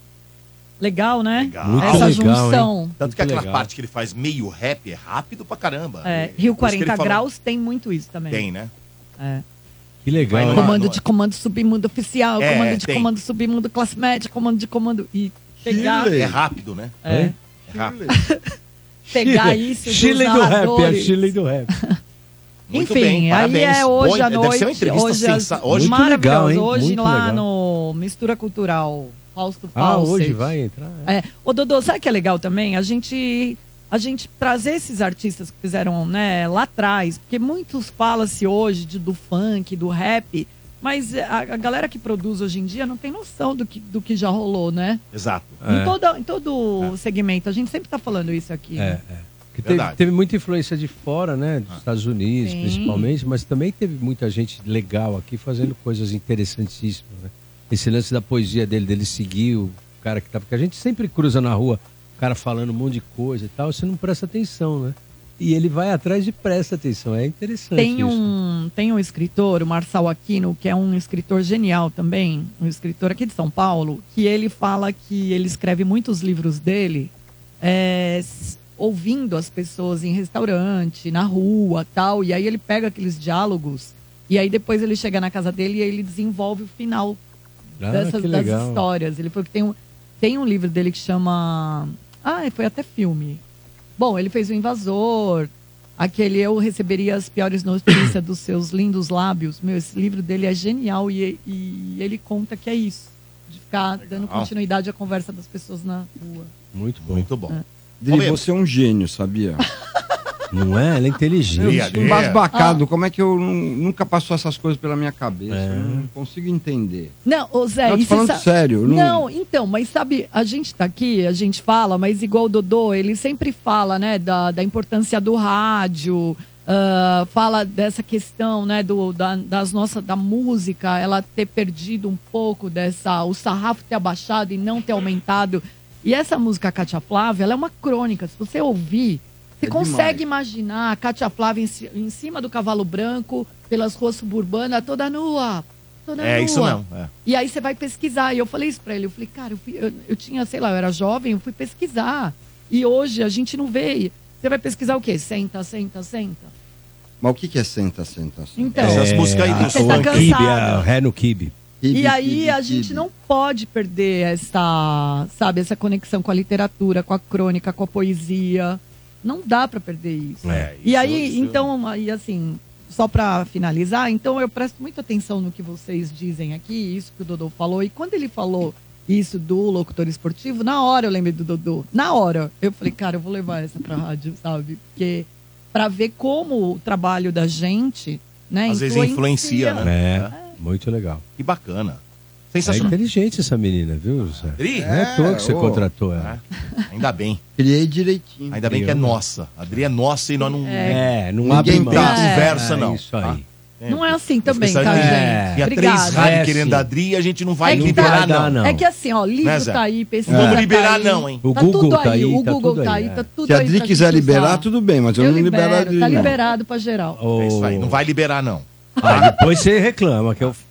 Legal, né? Legal. Muito Essa legal, junção. Hein? Tanto que aquela legal. parte que ele faz meio rap é rápido pra caramba. É, Rio quarenta Graus tem muito isso também. Tem, né? É. Que legal. Numa, comando de comando submundo oficial, é, comando de tem. comando submundo classe média, comando de comando... E pegar... É rápido, né? É. É, é rápido. Pegar Chile. isso Chile do rap, é Chile do rap. Muito Enfim, bem, aí parabéns. é hoje Bom, à noite. Deve ser uma entrevista hoje, sensa... hoje Muito legal, hein? Hoje Muito lá legal. no Mistura Cultural. Fausto Ah, Fawcett. hoje vai entrar? É. Ô, Dodô, sabe o que é legal também? A gente, a gente trazer esses artistas que fizeram, né, lá atrás, porque muitos falam-se hoje de, do funk, do rap, mas a, a galera que produz hoje em dia não tem noção do que, do que já rolou, né? Exato. Em É. todo, em todo é. segmento, a gente sempre tá falando isso aqui. É, né? é. Que teve, teve muita influência de fora, né? Dos Estados Unidos, Sim. principalmente, mas também teve muita gente legal aqui fazendo coisas interessantíssimas, né? Esse lance da poesia dele, dele seguir o cara que tá... Porque a gente sempre cruza na rua, o cara falando um monte de coisa e tal, você não presta atenção, né? E ele vai atrás e presta atenção, é interessante Tem isso. um, tem um escritor, o Marçal Aquino, que é um escritor genial também, um escritor aqui de São Paulo, que ele fala que ele escreve muitos livros dele é, ouvindo as pessoas em restaurante, na rua, tal, e aí ele pega aqueles diálogos e aí depois ele chega na casa dele e aí ele desenvolve o final Ah, dessas que das legal. histórias. Ele falou que tem um, tem um livro dele que chama... Ah, foi até filme. Bom, ele fez O Invasor, aquele Eu Receberia as Piores Notícias dos Seus Lindos Lábios. Meu, esse livro dele é genial e, e ele conta que é isso. De ficar dando continuidade à conversa das pessoas na rua. Muito bom. Muito bom. É. Dri, você é um gênio, sabia? Não é? Ela é inteligente. Eu, embasbacado, como é que eu nu- nunca passou essas coisas pela minha cabeça? Eu não consigo entender. Não, ô Zé, Eu tô e você falando sabe- sério, eu não- Não, então, mas sabe, a gente tá aqui, a gente fala, mas igual o Dodô, ele sempre fala, né, da, da importância do rádio, ah, fala dessa questão, né, do, da, das nossas, da música, ela ter perdido um pouco dessa, o sarrafo ter abaixado e não ter aumentado. E essa música Cátia Flávia, ela é uma crônica, se você ouvir, você É consegue demais. imaginar a Cátia Flávia em, ci- em cima do cavalo branco, pelas ruas suburbanas, toda nua. Toda É nua. isso mesmo. É. E aí você vai pesquisar. E eu falei isso pra ele. Eu falei, cara, eu, fui- eu, eu tinha, sei lá, eu era jovem, eu fui pesquisar. E hoje a gente não vê. Você vai pesquisar o quê? Senta, senta, senta. Mas o que, que é senta, senta, senta? Então, Essas músicas aí do você tá Kibe, cansado. a ré no kibe. E aí a gente não pode perder essa, sabe, essa conexão com a literatura, com a crônica, com a poesia. Não dá pra perder isso. É, e isso- aí, isso- então, aí assim, só pra finalizar, então eu presto muita atenção no que vocês dizem aqui, isso que o Dodô falou. E quando ele falou isso do locutor esportivo, na hora eu lembrei do Dodô. Na hora, eu falei, cara, eu vou levar essa pra rádio, sabe? Porque pra ver como o trabalho da gente, né, Às vezes influencia, né? É, muito legal. Que bacana. É Sensacional. inteligente essa menina, viu, Zé? Adri? Não é à toa que você ô. contratou ela. Ainda bem. Criei direitinho. Ainda bem que é Criou. nossa. A Adri é nossa e nós não, É, não ninguém abre mão. tem É. conversa, não. Isso aí. tá? Não é assim também, Especial- tá, É. gente? Tinha três Obrigada. rádios É, querendo sim. a Adri e a gente não vai É que liberar, tá- não. não. É que assim, ó, livro Né, Zé? tá aí, pesquisa Vamos tá liberar aí. não, hein? O Tá Google tudo tá aí, aí, o tá Google tudo tá aí, aí, é. tá tudo Se a aí Adri pra quiser gente liberar, usar. tudo bem, mas eu, Eu não libero a libero, Adri. tá não. liberado pra geral. É isso aí, não vai liberar, não. Ah, depois você reclama que eu...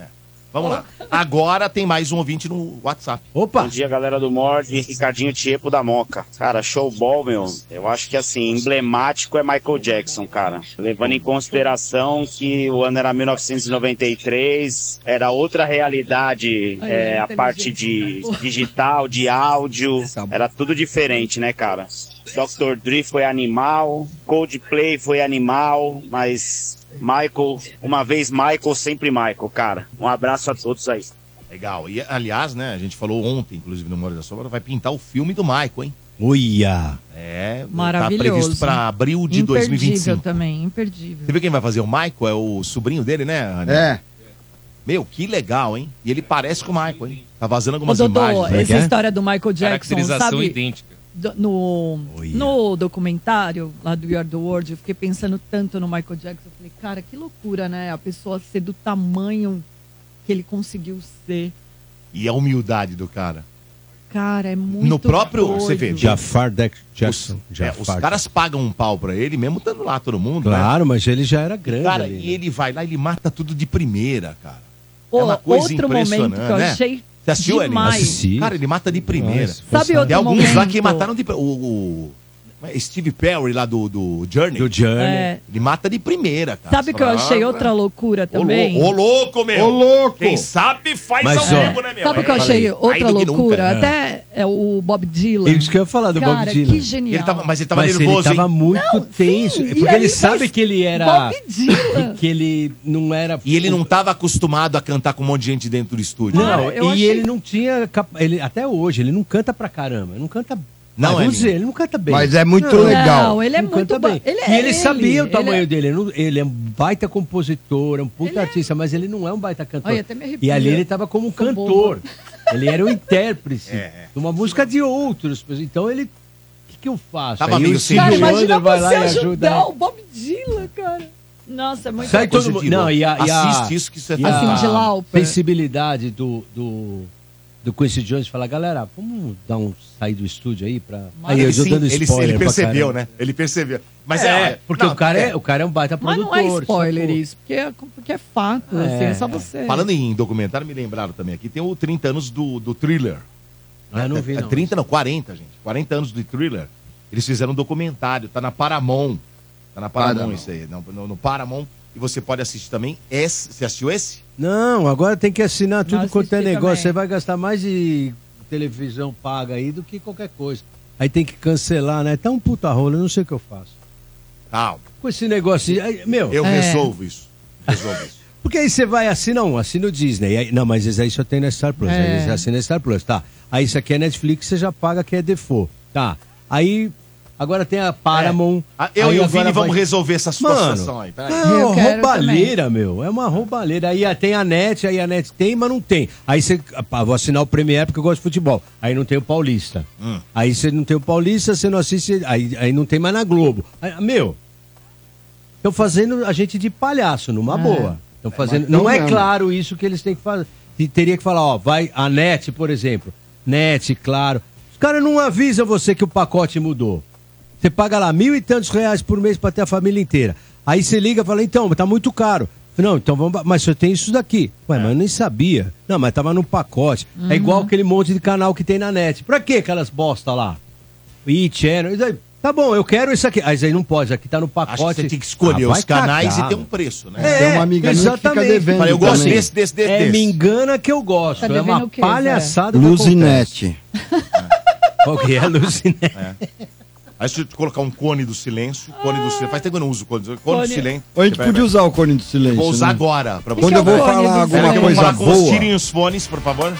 Vamos lá. Agora tem mais um ouvinte no WhatsApp. Opa! Bom dia, galera do Mord. Ricardinho Tiepo da Moca. Cara, showball, meu. Eu acho que, assim, emblemático é Michael Jackson, cara. Levando em consideração que o ano era mil novecentos e noventa e três, era outra realidade, Ai, é, a inteligente. parte de digital, de áudio, era tudo diferente, né, cara? doutor Dre foi animal, Coldplay foi animal, mas Michael, uma vez Michael, sempre Michael, cara. Um abraço a todos aí. Legal. E, aliás, né, a gente falou ontem, inclusive, no Moro da Sobra, vai pintar o filme do Michael, hein? Uia! É, Maravilhoso. tá previsto pra abril de dois mil e vinte e Imperdível cinco. também, imperdível. Você viu quem vai fazer o Michael? É o sobrinho dele, né, Ana? É. Meu, que legal, hein? E ele parece com o Michael, hein? Tá vazando Ô, algumas Dodô, imagens. né? essa história do Michael Jackson, Caracterização sabe? idêntica. do- no, no documentário lá do We Are The World, eu fiquei pensando tanto no Michael Jackson. Eu falei, cara, que loucura, né? A pessoa ser do tamanho que ele conseguiu ser. E a humildade do cara. Cara, é muito No próprio, doido. você vê, Jafar Deck Jackson. Os, é, Jafar. os caras pagam um pau pra ele, mesmo estando lá todo mundo, Claro, né? mas ele já era grande. Cara, ali, e né? ele vai lá, ele mata tudo de primeira, cara. Pô, é uma coisa outro momento impressionante, que eu né? achei Você assistiu, Eli? demais. Assisti. Cara, ele mata de primeira. Nossa, Sabe outro Tem alguns lá momento? que mataram de primeira. O, o Steve Perry lá do, do Journey. Do Journey. É. Ele mata de primeira, cara. Sabe o que eu achei outra loucura também? Ô, louco, meu. Ô, louco. Quem sabe faz Mas, ao ó, vivo, né, meu? Sabe o que eu É. achei Falei, outra mais do que loucura? nunca. Até é o Bob Dylan. Isso que eu ia falar do Cara, Bob Dylan. que genial. Ele tava, mas ele tava Mas nervoso, ele tava hein? muito Não, tenso. sim, e Porque aí ele faz sabe que ele era. Bob Dylan. Que ele não era. E ele não tava acostumado a cantar com um monte de gente dentro do estúdio. Não, Cara, eu e achei- ele não tinha. cap- Ele, até hoje, ele não canta pra caramba. Ele não canta. Não, Ah, vamos é, dizer, ele não canta bem. Mas é muito Não, legal. Não, ele é não muito canta bom. bem. Ele e é ele ele, sabia o ele tamanho é- dele. Ele, não- ele é um baita compositor, é um puta Ele é- artista, mas ele não é um baita cantor. Olha, até me arrepio. E ali ele tava como um Sou cantor. Ele era um intérprete É, de uma música de outros. Então ele. O que, que eu faço? Tava Aí meio o sem Cara, Stevie jeito. imagina Wonder vai lá você e ajuda. ajudar o Bob Dylan, cara. Nossa, é muito Sai todo Coisa mundo. de Não, louco. e a, e a, Assiste isso que você e faz. a Assim, de Lauper. sensibilidade do, do, do Quincy Jones falar, galera, vamos dar um sair do estúdio aí pra. Aí eu Ele, tô sim, dando ele, spoiler. ele pra percebeu, caramba. né? Ele percebeu. Mas É, é, porque não, o, cara é, é. o cara é um baita Mas produtor. não é spoiler sacou? isso, porque é, porque é fato, É. assim, é só você. Falando em documentário, me lembraram também aqui, tem o trinta anos do, do Thriller. Ah, eu não vi, É não. trinta, não, quarenta, gente. quarenta anos do Thriller. Eles fizeram um documentário, tá na Paramount. Tá na Paramount, Paramount. isso aí. No, no, no Paramount. E você pode assistir também. Esse, você assistiu esse? Não, agora tem que assinar tudo Não quanto é assisti negócio. também. Você vai gastar mais de televisão paga aí do que qualquer coisa. Aí tem que cancelar, né? Tá um puta rola, eu não sei o que eu faço. Calma. Com esse negócio aí, meu. Eu É. resolvo isso. Resolvo isso. Porque aí você vai assinar um, assina o Disney. Aí- não, mas esse aí só tem na Star Plus. É. Aí você assina Star Plus, tá. Aí isso aqui é Netflix, você já paga que é default. Tá. Aí, agora tem a Paramount. Ah, eu aí e o agora Vini vamos vai- resolver essa Mano, situação aí. Peraí. É Eu uma quero roubalheira, meu. É uma roubalheira. Aí tem a net, aí a net tem, mas não tem. Aí você. Ah, vou assinar o Premiere porque eu gosto de futebol. Aí não tem o Paulista. Hum. Aí você não tem o Paulista, você não assiste. Aí, aí não tem mais na Globo. Aí, meu. Estão fazendo a gente de palhaço, numa É. boa. Estão fazendo. mas Não não é mesmo. claro isso que eles têm que fazer. E teria que falar, ó, vai a net, por exemplo. Net, claro. Os caras não avisam você que o pacote mudou. Você paga lá mil e tantos reais por mês pra ter a família inteira. Aí você liga e fala, então, tá muito caro. Não, então vamos. Mas só tem isso daqui. Ué, mas eu nem sabia. Não, mas tava no pacote. É igual aquele monte de canal que tem na net. Pra que aquelas bosta lá? E-channel. Tá bom, eu quero isso aqui. Mas aí não pode, aqui tá no pacote. Acho que você tem que escolher Ah, os vai canais cagar, e ter um mano. preço, né? É, Tem uma amiga minha que fica exatamente. devendo Falei, eu gosto também. desse, desse, desse, É, desse. me engana que eu gosto. Tá é devendo uma o quê, palhaçada que Luzinete. acontece. Qual que é a Luzinete? É. Aí se eu colocar um cone do silêncio, cone do silêncio. Faz tempo que eu não uso cone do silêncio. Cone, Cone. do silêncio. Ou a gente Vai, podia vai. usar o cone do silêncio. Vou usar né? agora. Pra Quando você. eu vou que é o cone falar do alguma Pera que eu vou coisa falar com os boa. tirem os fones, por favor.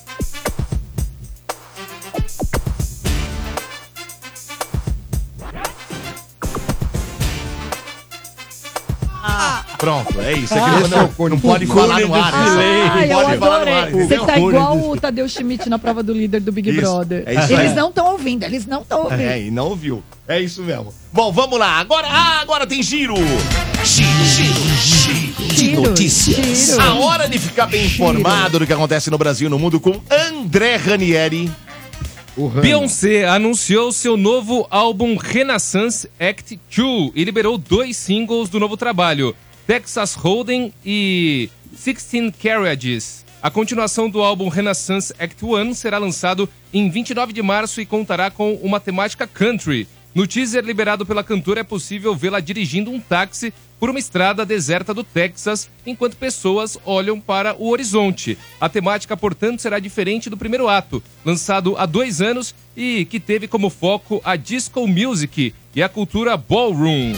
Pronto, é isso. Aqui Ah, não, esse é o não, cone não do pode silêncio. falar no ar. Ah, Não eu pode falar no adorei. ar, Você entendeu? tá igual o Tadeu Schmidt na prova do líder do Big Isso, Brother. é isso Eles aí. não estão ouvindo, eles não estão ouvindo. É, e não ouviu. É isso mesmo. Bom, vamos lá. Agora, ah, agora tem giro. Giro, giro, giro de Giro, notícias. giro. A hora de ficar bem informado do que acontece no Brasil e no mundo com André Ranieri. Beyoncé anunciou seu novo álbum Renaissance Act dois e liberou dois singles do novo trabalho, Texas Hold'em e sixteen Carriages. A continuação do álbum Renaissance Act um será lançado em vinte e nove de março e contará com uma temática country. No teaser liberado pela cantora é possível vê-la dirigindo um táxi por uma estrada deserta do Texas, enquanto pessoas olham para o horizonte. A temática, portanto, será diferente do primeiro ato, lançado há dois anos e que teve como foco a disco music e a cultura ballroom.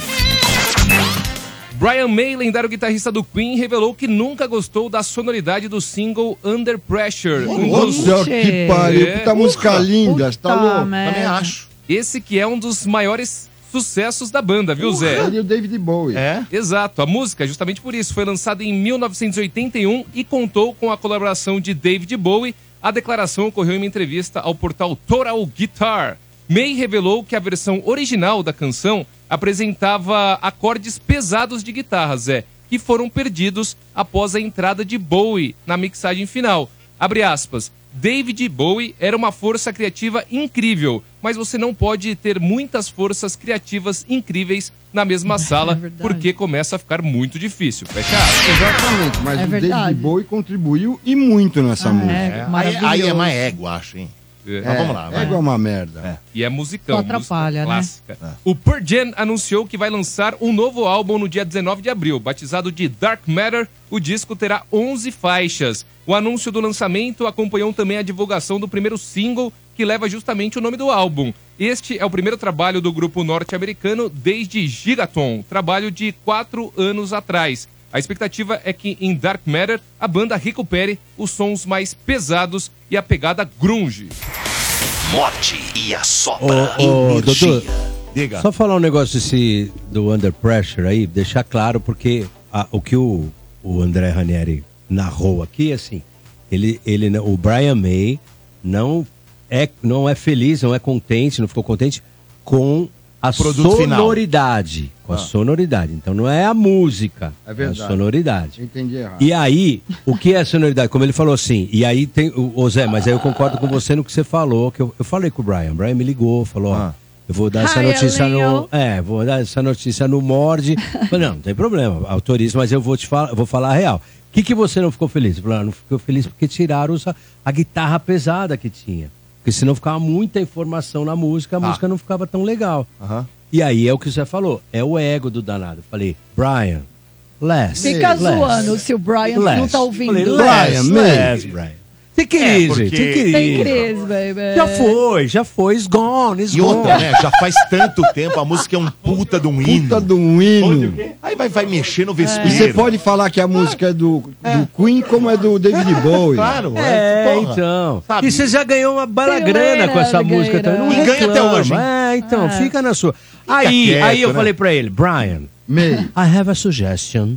Brian May, lendário guitarrista do Queen, revelou que nunca gostou da sonoridade do single Under Pressure. Nossa, que pariu, É. puta música linda, você tá Puta louco? merda. Também acho. Esse que é um dos maiores sucessos da banda, viu, Zé? Ele e o David Bowie. É? Exato, a música, justamente por isso, foi lançada em mil novecentos e oitenta e um e contou com a colaboração de David Bowie. A declaração ocorreu em uma entrevista ao portal Total Guitar. May revelou que a versão original da canção apresentava acordes pesados de guitarra, Zé, que foram perdidos após a entrada de Bowie na mixagem final. Abre aspas. David Bowie era uma força criativa incrível, mas você não pode ter muitas forças criativas incríveis na mesma sala, verdade. porque começa a ficar muito difícil. Fecha aspas. Exatamente, mas É o verdade. David Bowie contribuiu e muito nessa Ah, música. é, É, aí, maravilhoso. aí é mais égua, acho, hein? É. Mas vamos lá, É vai. igual uma merda. E é musicão, Só atrapalha, música né? clássica. O Pearl Jam anunciou que vai lançar um novo álbum no dia dezenove de abril, batizado de Dark Matter. O disco terá onze faixas. O anúncio do lançamento acompanhou também a divulgação do primeiro single, que leva justamente o nome do álbum. Este é o primeiro trabalho do grupo norte-americano desde Gigaton, trabalho de quatro anos atrás. A expectativa é que em Dark Matter a banda recupere os sons mais pesados e a pegada grunge. Morde e assopra Ô, ô, energia. Dodô, Diga. só falar um negócio desse, do Under Pressure aí, deixar claro, porque a- o que o, o André Ranieri narrou aqui, assim, ele, ele, não- o Brian May não é, não é feliz, não é contente, não ficou contente com a Produto final. sonoridade. Com a Ah. sonoridade. Então não é a música, É é, verdade. a sonoridade. Entendi errado. E aí, o que é a sonoridade? Como ele falou assim, e aí tem, o, o Zé, mas aí eu concordo com você no que você falou, que eu, eu falei com o Brian, o Brian me ligou, falou, ó, Ah. eu vou dar essa Hi, notícia no, Elinho. é, vou dar essa notícia no Morde. Eu falei, não, não tem problema, autorizo, mas eu vou te falar, eu vou falar a real. O que que você não ficou feliz? Eu falei, ah, não ficou feliz porque tiraram os- a guitarra pesada que tinha. Porque senão ficava muita informação na música, a Ah. música não ficava tão legal. Aham. E aí é o que você falou, é o ego do danado. Eu falei, Brian, less. Fica less. zoando se o Brian não Less. tá ouvindo. Falei, Brian, less, May. less, Brian. Take it É, easy, porque- take it Tem easy. Cris, baby. Já foi, já foi, it's gone, it's E gone. outra, né? Já faz tanto tempo, a música é um puta de um hino. Puta de um hino. Aí vai, vai mexer no E vespeiro. você pode falar que a música é do, do Queen como é do David Bowie. Claro, É, porra. então. Sabe? E você já ganhou uma bela Tem grana leira, com essa música leira. também. Não E ganha até reclama. hoje, hein? É, então, É. fica na sua. Aí, quieto, aí eu né? falei pra ele, Brian, May, I have a suggestion.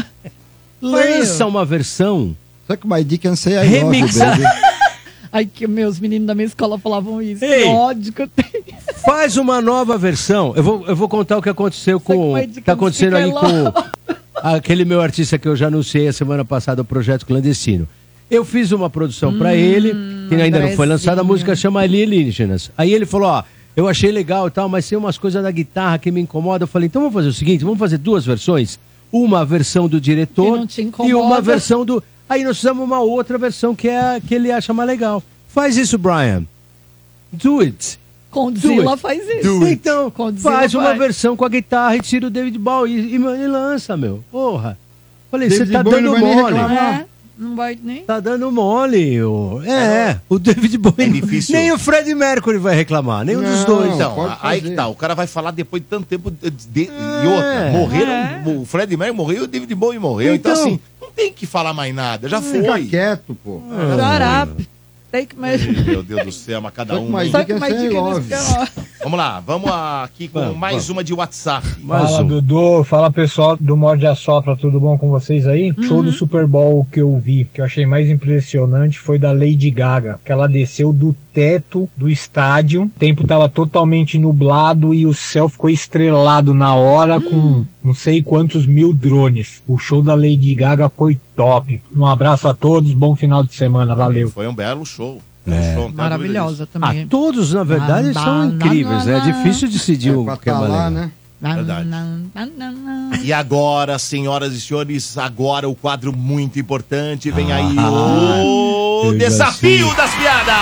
Lança uma versão suck my dick and say I love you, Remixa. baby. Ai, que meus meninos da minha escola falavam isso. Ei. Que ódio que eu tenho. Faz uma nova versão. Eu vou, eu vou contar o que aconteceu com. Suck my dick Tá and acontecendo say aí I com love. aquele meu artista que eu já anunciei a semana passada, o Projeto Clandestino. Eu fiz uma produção pra ele, que ainda não foi lançada, a música chama Alienígenas. Aí ele falou, ó, eu achei legal e tal, mas tem umas coisas da guitarra que me incomodam. Eu falei, então vamos fazer o seguinte, vamos fazer duas versões. Uma versão do Que diretor não te e incomoda. uma versão do... Aí nós fizemos uma outra versão que é a que ele acha mais legal. Faz isso, Brian. Do it. Condzilla faz isso. Então, Condzilla faz uma vai. versão com a guitarra e tira o David Bowie e, e, e lança, meu. Porra. Falei, você David tá Bowie não dando vai nem mole. reclamar. É, não vai nem. Tá dando mole. ô. É, o David Bowie. É difícil. Nem o Freddie Mercury vai reclamar, nenhum dos Não, dois. Então, pode aí fazer. que tá. O cara vai falar depois de tanto tempo de, de- e outra. Morreram. é. O Fred Mercury morreu e o David Bowie morreu. Então, Então. assim, não tem que falar mais nada. Já Fica foi. quieto, pô. Shut up. Take my... Meu Deus do céu, mas cada um. Mas hein? Suck dica my é dick in love. this girl. Vamos lá, vamos aqui com Vamos, mais vamos. uma de WhatsApp. Mais Fala, um. Dudu. Fala, pessoal do Morde a Sopra. Tudo bom com vocês aí? Show do Super Bowl que eu vi, que eu achei mais impressionante, foi da Lady Gaga, que ela desceu do teto do estádio. O tempo tava totalmente nublado e o céu ficou estrelado na hora com não sei quantos mil drones. O show da Lady Gaga foi top. Um abraço a todos, bom final de semana. Valeu. Foi um belo show. É. Um show, não tem dúvida Maravilhosa disso. Ah, também. todos, na verdade, Na, são na, incríveis, na, né? É na. difícil decidir É o pra que é tá mais lá, legal. né? Verdade. Na, na, na, na. E agora, senhoras e senhores, agora o quadro muito importante. Vem aí Ah, o eu já Desafio sei. das Piadas!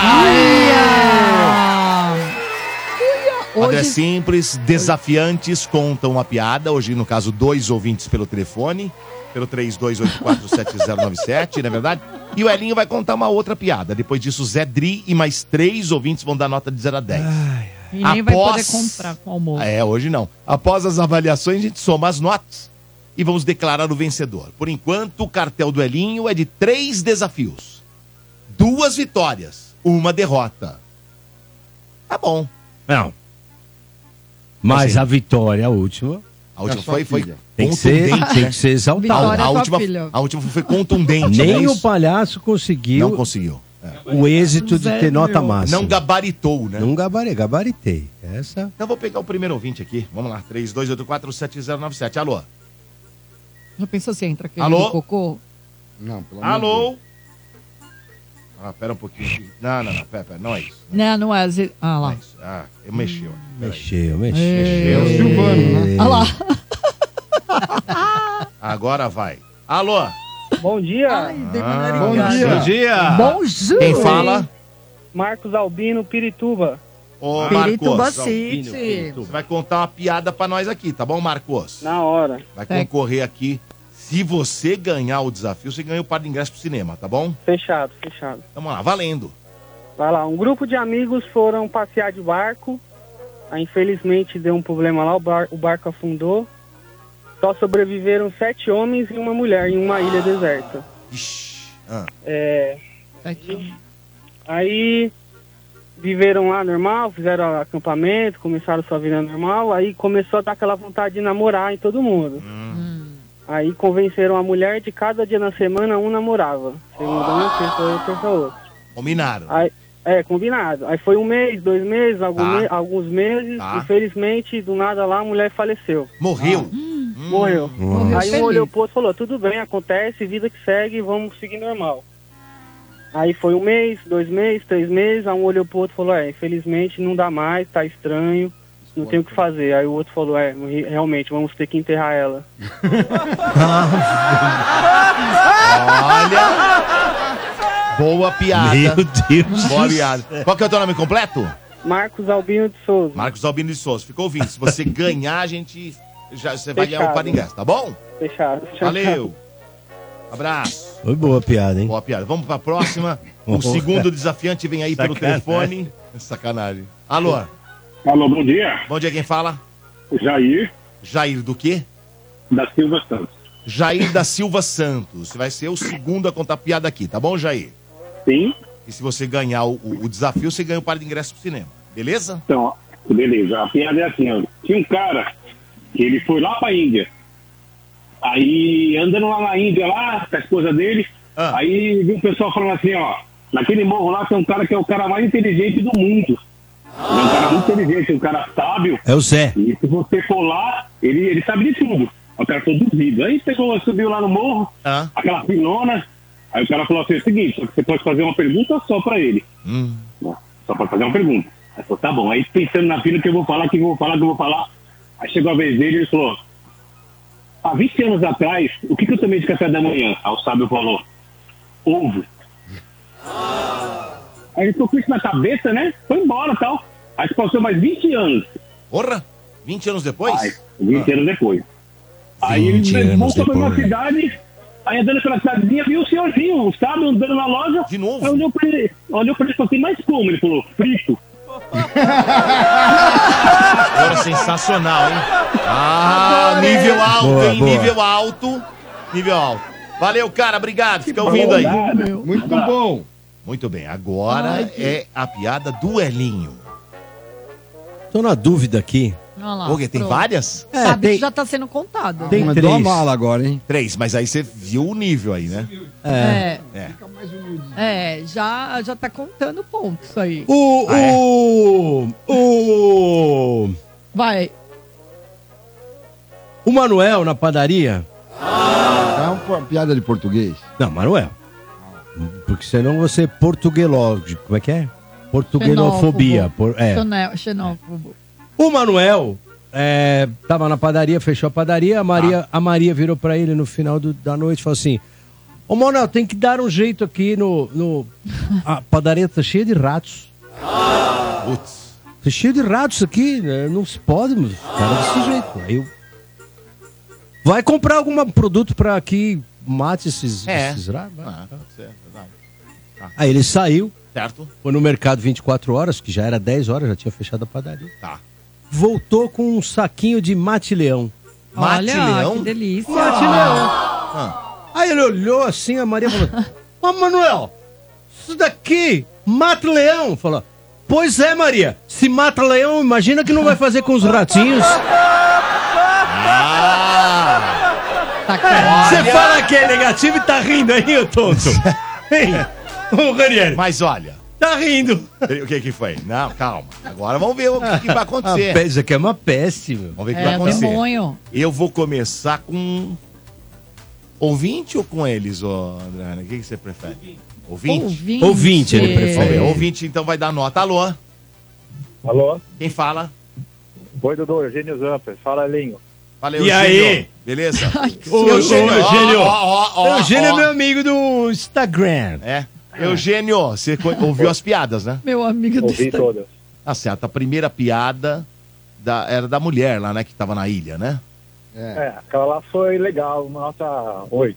O quadro é Hoje, simples, desafiantes contam a piada. Hoje, no caso, dois ouvintes pelo telefone, pelo três dois oito quatro sete zero nove sete, não é verdade? E o Elinho vai contar uma outra piada. Depois disso, o Zé Dri e mais três ouvintes vão dar nota de zero a dez. e nem vai Após- poder comprar com almoço. É, hoje não. Após as avaliações, a gente soma as notas e vamos declarar o vencedor. Por enquanto, o cartel do Elinho é de três desafios. Duas vitórias, uma derrota. Tá bom. Não. Mas Assim. a vitória, a última, A última É sua foi, foi filha. tem que ser, contundente, tem né? que ser exaltada. Vitória A, é a tua última, filha. a última foi contundente. Nem né? o Isso palhaço conseguiu não conseguiu. É. o êxito de ter nota Sério? máxima. Não gabaritou, né? Não gabarei, gabaritei. Essa. Então vou pegar o primeiro ouvinte aqui. Vamos lá, três dois oito quatro sete zero nove sete. Alô? Já pensou se entra aquele Alô? do cocô? Não, pelo amor de Alô? Deus. Ah, pera um pouquinho aqui. Não, não, não, pera, pera, não é isso. Não, não é. ze- Ah Não lá. é isso. Ah, eu mexi, ó. Peraí. Mexeu, mexeu. É o Silvano, né? Ah lá. Agora vai. Alô? Bom dia, Ai, dei uma Ah, narigada. bom dia. Bonjour. Quem fala? Marcos Albino, Pirituba. Ô, Pirituba Marcos. City. Você vai contar uma piada pra nós aqui, tá bom, Marcos? Na hora. Vai É. concorrer aqui. Se você ganhar o desafio, você ganha o par de ingresso pro cinema, tá bom? Fechado, fechado. Vamos lá, valendo. Vai lá, um grupo de amigos foram passear de barco. Aí, infelizmente, deu um problema lá, o, bar- o barco afundou. Só sobreviveram sete homens e uma mulher em uma ilha deserta. Ixi. Ah. É, Sete. aí, viveram lá normal, fizeram acampamento, começaram sua vida normal. Aí, começou a dar aquela vontade de namorar em todo mundo. Aí, convenceram a mulher de cada dia na semana, um namorava. Segunda uma, terça outra, terça outra. Combinaram. Aí, é, combinado. Aí foi um mês, dois meses, algum Tá. me- alguns meses. Tá. Infelizmente, do nada lá, a mulher faleceu. Morreu. Morreu. Morreu Aí um feliz. olhou pro outro e falou, tudo bem, acontece, vida que segue, vamos seguir normal. Aí foi um mês, dois meses, três meses, aí um olhou pro outro e falou, é, infelizmente não dá mais, tá estranho, não tem o que fazer. Aí o outro falou, é, re- realmente, vamos ter que enterrar ela. Olha. Boa piada. Meu Deus. Boa piada. Qual que é o teu nome completo? Marcos Albino de Souza. Marcos Albino de Souza. Ficou ouvindo. Se você ganhar, a gente. Já, você vai ganhar o Fechado. par de ingresso, tá bom? Fechado. Valeu. Abraço. Foi boa piada, hein? Boa piada. Vamos pra próxima. O Boa. segundo desafiante vem aí pelo Sacanagem. telefone. Sacanagem. Alô? Alô, bom dia. Bom dia, quem fala? Jair Jair do quê? da Silva Santos. Jair da Silva Santos. Você vai ser o segundo a contar piada aqui, tá bom, Jair? Sim. E se você ganhar o, o desafio, você ganha o par de ingresso pro cinema. Beleza? Então, ó, beleza. A piada é assim, ó. Tinha um cara que ele foi lá pra Índia. Aí, andando lá na Índia, lá, com a esposa dele, Ah. aí viu o pessoal falando assim, ó, naquele morro lá tem um cara que é o cara mais inteligente do mundo. Ele é um cara muito inteligente, um cara sábio. É o Zé. E se você for lá, ele, ele sabe de tudo. O cara foi duvido. Aí pegou, subiu lá no morro, Ah. aquela pilona. Aí o cara falou assim, é o seguinte, só que você pode fazer uma pergunta só pra ele. Hum. Só pode fazer uma pergunta. Aí falou, tá bom. Aí pensando na fila que eu vou falar, que eu vou falar, que eu vou falar. Aí chegou a vez dele e ele falou, há vinte anos atrás, o que, que eu tomei de café da manhã? Aí o sábio falou, ovo. Aí ele ficou com isso na cabeça, né? Foi embora e tal. Acho que passou mais vinte anos. Porra! vinte anos depois? Ai, vinte Ah. anos depois. Aí vinte ele anos voltou pra uma depois. cidade, aí andando pela cidadezinha, viu o senhorzinho, o sábio, andando na loja. De novo? Aí olhou pra ele, olhou pra ele e falou assim, mas como? Ele falou, frito. Agora sensacional, hein? Ah, Adorei. nível alto, Boa, hein? boa. Nível alto. Nível alto. Valeu, cara. Obrigado. Fica ouvindo aí. Muito bom. Muito bem. Agora é a piada do Elinho. Tô na dúvida aqui. Olha lá, Porque tem pronto. várias? É, Sabe tem- que já tá sendo contado. Tem Mandou três. a mala agora, hein? Três, mas aí você viu o nível aí, né? É. É. É, já, já tá contando pontos aí. O. Ah, é? o. O. Vai. O Manuel na padaria. É uma piada de português. Não, Manuel. Porque senão você é portuguelógico. Como é que é? Portuguelofobia. Por, é. Xenó- Xenófobo. O Manuel é, tava na padaria, fechou a padaria, a Maria, a Maria virou pra ele no final do- da noite e falou assim: Ô Manuel, tem que dar um jeito aqui no. no... A padaria tá cheia de ratos. Putz. Tá cheio de ratos aqui, né? Não se pode, mano. Cara, desse jeito. Aí eu. Vai comprar algum produto pra que mate esses, É. esses ratos? Vai. Ah, pode ser, verdade. Aí ele saiu, Certo? foi no mercado vinte e quatro horas, que já era dez horas, já tinha fechado a padaria. Tá. Voltou com um saquinho de mate-leão. Olha, Mate-leão? que delícia. Mate-leão. Ah. Aí ele olhou assim, a Maria falou: Ô Manuel, isso daqui, mata-leão. Falou: Pois é, Maria, se mata-leão, imagina que não vai fazer com os ratinhos. Ah! Você fala que é negativo e tá rindo aí, ô tonto. Hein? Ô, Ranieri. Mas olha. Tá rindo. O que que foi? Não, calma. Agora vamos ver o que, que vai acontecer. A pe- Isso aqui é uma peste, meu. Vamos ver o que É, vai acontecer. demônio. Eu vou começar com ouvinte ou com eles, ô Adriana? O que, que você prefere? Ouvinte? Ouvinte. Ouvinte, ele Vamos prefere. ver, ouvinte então vai dar nota. Alô? Alô? Quem fala? Oi, Dudu, Eugênio Zamper, fala, Linho. Valeu, E Eugênio. aí? Beleza? Ô, Eugênio, ô, Eugênio. ó, ó, ó, Eugênio é ó. meu amigo do Instagram. É. Eugênio, você co- ouviu as piadas, né? Meu amigo do Ouvi Instagram. todas. Tá certo. A primeira piada da- era da mulher lá, né? Que tava na ilha, né? É, aquela lá foi legal, uma nota oito.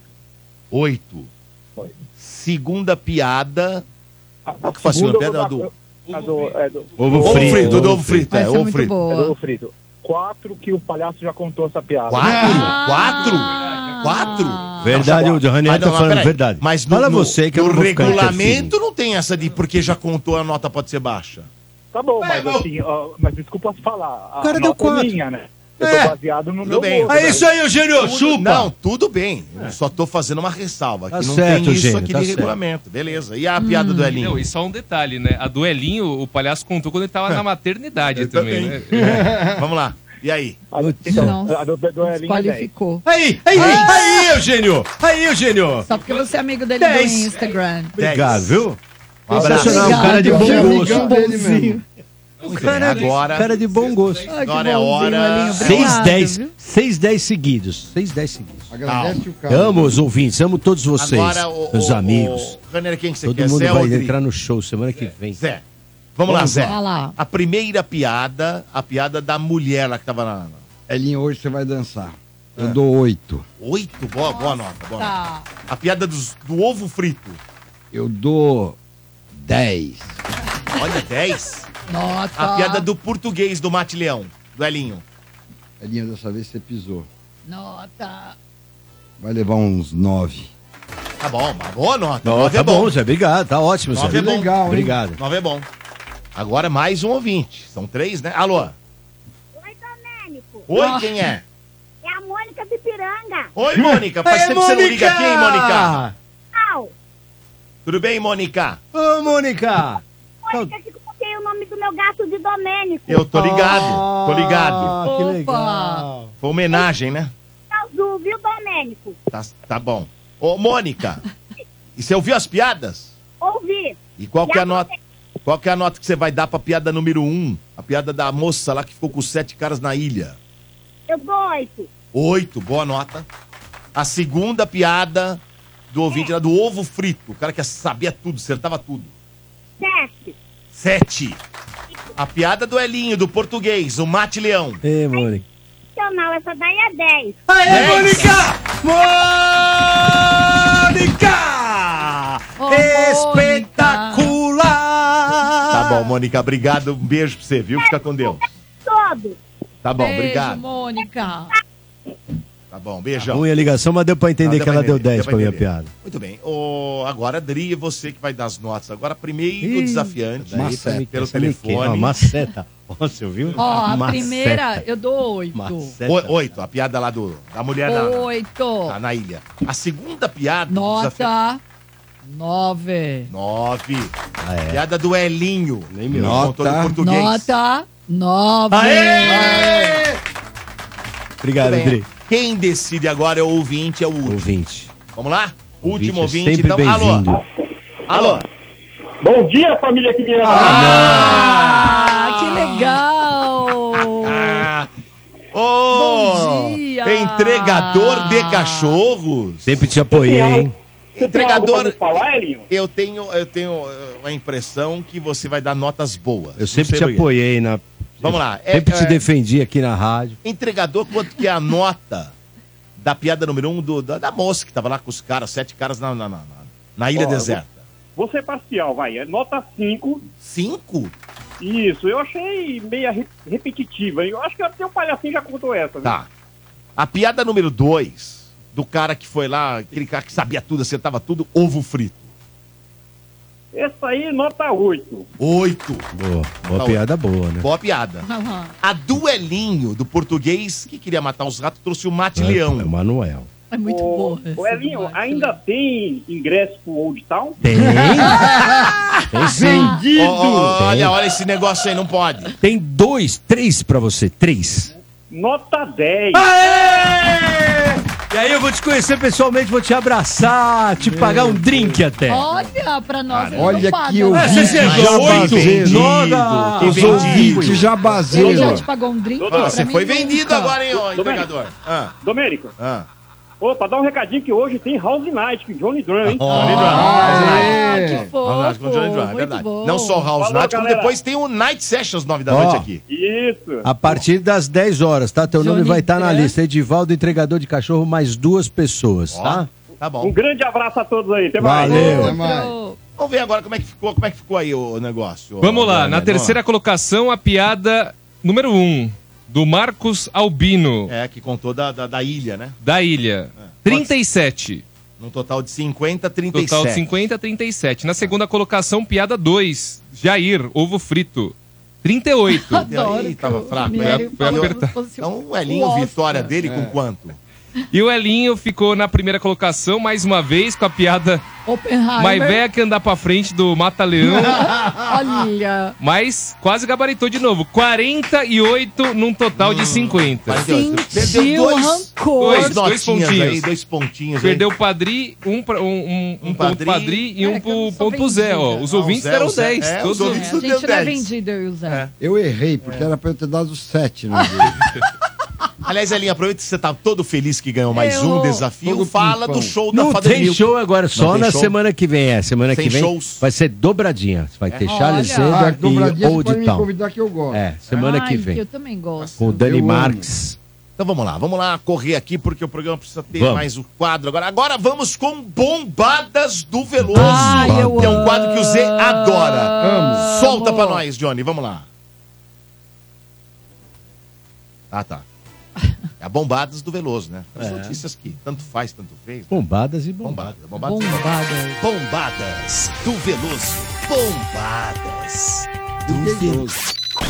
Oito. Foi. Segunda piada. Qual que foi a segunda Segunda piada? eu A vou do... dar- a do- é do- Ovo Ovo frito. frito, do ovo ovo frito. Vai É, ser ovo muito frito. é do boa. frito. Quatro que o palhaço já contou essa piada. Quatro? Ah. Quatro? Quatro? Verdade, o Ranieri Mas tá não, mas falando peraí. verdade. Mas no, Fala no- você que eu no não vou ficar regulamento não tem essa de porque já contou a nota pode ser baixa. Tá bom, É, mas meu- assim, ó, mas desculpa falar. A O cara deu nota é quatro. minha, né? Eu É. tô baseado no Tudo meu bem. gosto, É né? isso aí, Eugênio, Tudo- chupa. Não, tudo bem. Eu só tô fazendo uma ressalva. Tá que não certo, tem isso Eugênio, aqui tá de certo. regulamento. Beleza. E a piada do Elinho? Não, e só um detalhe, né? A do Elinho, o palhaço contou quando ele tava na maternidade Eu também, também. né? Vamos lá. E aí? A, então, Não. a do, do Elinho é dez. Desqualificou. Aí, aí, aí, Eugênio. Aí, Eugênio. Só porque você é amigo dele Dez. no Instagram. Obrigado, viu? Um abraço. Sensacional, um cara de bom Obrigado, gosto. Eugênio. dele mesmo. Muito bem, Cara, agora. cara de bom gosto. Ai, que Agora é bonzinho, hora- Elinho. seis, Obrigado, dez, viu? seis, dez seguidos. seis, dez seguidos. Agradece o cara. Amo os ouvintes, amo todos vocês, Agora, o, meus o, amigos. O, Ranieri, quem que você Todo quer? mundo Zé vai ou Dri? entrar no show semana que vem. Zé. Vamos lá, Zé. Vai lá. A primeira piada, a piada da mulher lá que tava na... Elinho, hoje você vai dançar. Eu É. dou oito. Oito? Boa, boa nota, boa nota. Tá. A piada dos- do ovo frito. Eu dou dez. Olha, dez. Nota. A piada do português do Mate Leão, do Elinho. Elinho, dessa vez você pisou. Nota. Vai levar uns nove. Tá bom, uma boa nota. Não, Nove tá é bom. bom, Zé, obrigado, tá ótimo, Zé. Nove é bom. legal, hein? Obrigado. Nove é bom. Agora mais um ouvinte. São três, né? Alô? Oi, Domênico. Oi, Ah. quem é? É a Mônica de Piranga. Oi, Mônica. Faz Ei, tempo que você não liga aqui, hein, Mônica? Au. Tudo bem, Mônica? Ô, Mônica. Mônica, que coloquei o nome do meu gato de Domênico. Eu tô ligado, tô ligado. Ah, que Opa. legal. Foi homenagem, né? Azul, viu, Domênico? Tá, tá bom. Ô, Mônica, e você ouviu as piadas? Ouvi. E qual que é a E nota? Qual que é a nota que você vai dar pra piada número um? A piada da moça lá que ficou com sete caras na ilha. Eu dou oito. Oito, boa nota. A segunda piada do ouvinte era do ovo frito. O cara que sabia tudo, acertava tudo. Sete. Sete. A piada do Elinho, do português, o Mate Leão. Ê, Mônica. Não, essa daí é dez. Aê, dez. Mônica! Mônica! Ô, Espetacular! Tá bom, Mônica, obrigado. Um beijo pra você, viu? Fica com Deus. Todo. Tá bom, Beijo, obrigado. Mônica. Tá bom, beijão. Ruim a ligação, mas deu pra entender Não, que ela entender, deu dez pra pra minha entender. piada. Muito bem. Ô, agora, Adri, você que vai dar as notas. Agora, primeiro Ih, desafiante, maceta, é, pelo essa me queima. telefone. Ó, maceta. Ó, você ouviu? Ó, a Maceta. primeira eu dou oito. Maceta. O- Oito, a piada lá do, da mulher na, Oito. na, na ilha. A segunda piada... Nota nove. Nove. Ah, é. Piada do Elinho. Nem meu. Contou Nota. no português. Nota nove. Aê! Obrigado, Muito bem. Adri. Quem decide agora é o ouvinte, é o último. Ouvinte. Vamos lá? Último Ouvinte é ouvinte, sempre então. Alô? bem-vindo. Alô? Bom dia, família querida. Ah, que legal. Ah, ô, Bom dia. entregador de cachorros. Sempre te apoiei, hein? Você tem algo Entregador. pra me falar, Elinho? Eu tenho, eu tenho eh, a impressão que você vai dar notas boas. Eu sempre Não te sei por quê. apoiei na. Vamos lá. É- Sempre te é- defendi aqui na rádio. Entregador, quanto que é a nota da piada número um do, da, da moça que tava lá com os caras, sete caras na, na, na, na ilha Ó, deserta? Vou ser parcial, vai. É nota cinco. Cinco? Isso, eu achei meio re- repetitiva. Eu acho que até o palhacinho já contou essa. Viu? Tá. A piada número dois, do cara que foi lá, aquele cara que sabia tudo, acertava tudo, ovo frito. Essa aí, nota oito. Oito. Boa. Boa Tá piada boa, né? Boa piada. A duelinho do português, que queria matar os ratos, trouxe o Mate Leão. É o Manuel. É muito Ô, boa. ô, Elinho, ainda tem ingresso pro Old Town? Tem? Tem sim. Vendido! Ó, ó, Tem. olha, olha esse negócio aí, não pode. Tem dois, três pra você. Três. Nota dez. E aí eu vou te conhecer pessoalmente, vou te abraçar, te pagar um drink até. Olha, pra nós ele Olha não paga, que né? ouvinte É, você chegou oito? jabazeiro. Nota. Que Os vendido. ouvintes Ele já jabazeiro. te pagou um drink? Ah, Pra você mim, foi nunca. vendido agora, hein, ó, Domênico. entregador. Ah, Domênico, ah. ô, pra dar um recadinho que hoje tem House Night com Johnny Drum, hein? Johnny Drum. Ah, Aê. que House fofo. Night com Johnny Drum, é Muito verdade. bom. Não só o House Falou, Night, como galera. depois tem o Night Sessions nove da Ó. noite aqui. Isso. A partir das dez horas, tá? Teu nome Johnny vai estar na Drum. lista. Edivaldo, entregador de cachorro, mais duas pessoas, Ó, tá? tá Um bom. grande abraço a todos aí. Até mais. Valeu. Até mais. Vamos ver agora como é que ficou, como é que ficou aí o negócio. Vamos lá, Ó, na né, terceira colocação, a piada número um, do Marcos Albino, É, que contou da, da, da ilha, né? da ilha. trinta e sete. Num total de cinquenta, trinta e sete. Total de cinquenta, trinta e sete. Na segunda colocação, piada dois, Jair, ovo frito. trinta e oito. Adoro. Aí, tava que o fraco, Miele né? Foi falou apertar. como se fosse Então o Elinho, Oscar. vitória dele com quanto? E o Elinho ficou na primeira colocação, mais uma vez, com a piada Oppenheimer. mais velha que andar pra frente do Mata-Leão. Olha. Mas quase gabaritou de novo. quarenta e oito num total de cinquenta. quarenta e oito. Sentiu Perdeu dois, rancor. Dois, dois dois notinhas pontinhos. aí, dois pontinhos aí. Perdeu o Padri, um, pra, um, um, um, Um ponto Padri. Padri e É, um que eu não pro sou ponto Zé. Ó. vendida. Os Ah, o ouvintes Zé, deram o Zé. dez. É, todos os É, ouvintes a não gente deu não é dez. vendido, eu e o Zé. É. Eu errei, porque era pra eu ter dado sete, né? Aliás, Elinho, aproveita que você tá todo feliz que ganhou mais Eu- um desafio. Todo Fala pimpão. do show da Não Fada tem Milk. show agora, só tem na show? semana que vem. É, semana Sem que vem shows? vai ser dobradinha. Vai ter Charles Olha. Ah, Cedar dobradinha e você pode Old me Town. convidar que eu gosto. É, semana Ai, que vem. eu também gosto. Com o Dani Eu amo. Marques. Então vamos lá, vamos lá correr aqui, porque o programa precisa ter Vamos. mais o quadro agora. Agora vamos com Bombadas do Veloso. Ai, eu que é um quadro que o Zé adora. Amo. Solta pra nós, Johnny, vamos lá. Ah, tá. É a Bombadas do Veloso, né? As É. notícias que tanto faz, tanto fez. Né? Bombadas e bombadas. Bombadas. Bombadas. Bombada. Bombadas do Veloso. Bombadas do Veloso.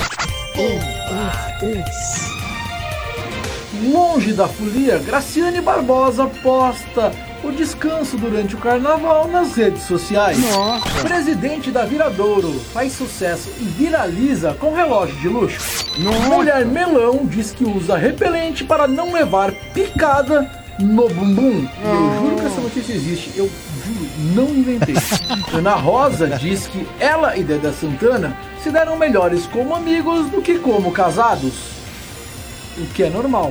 Bombadas. Longe da folia, Graciane Barbosa posta o descanso durante o carnaval nas redes sociais. Nossa. Presidente da Viradouro faz sucesso e viraliza com relógio de luxo. Mulher melão diz que usa repelente para não levar picada no bumbum. E eu juro que essa notícia existe. Eu juro, não inventei. Ana Rosa diz que ela e Dedé Santana se deram melhores como amigos do que como casados. O que é normal.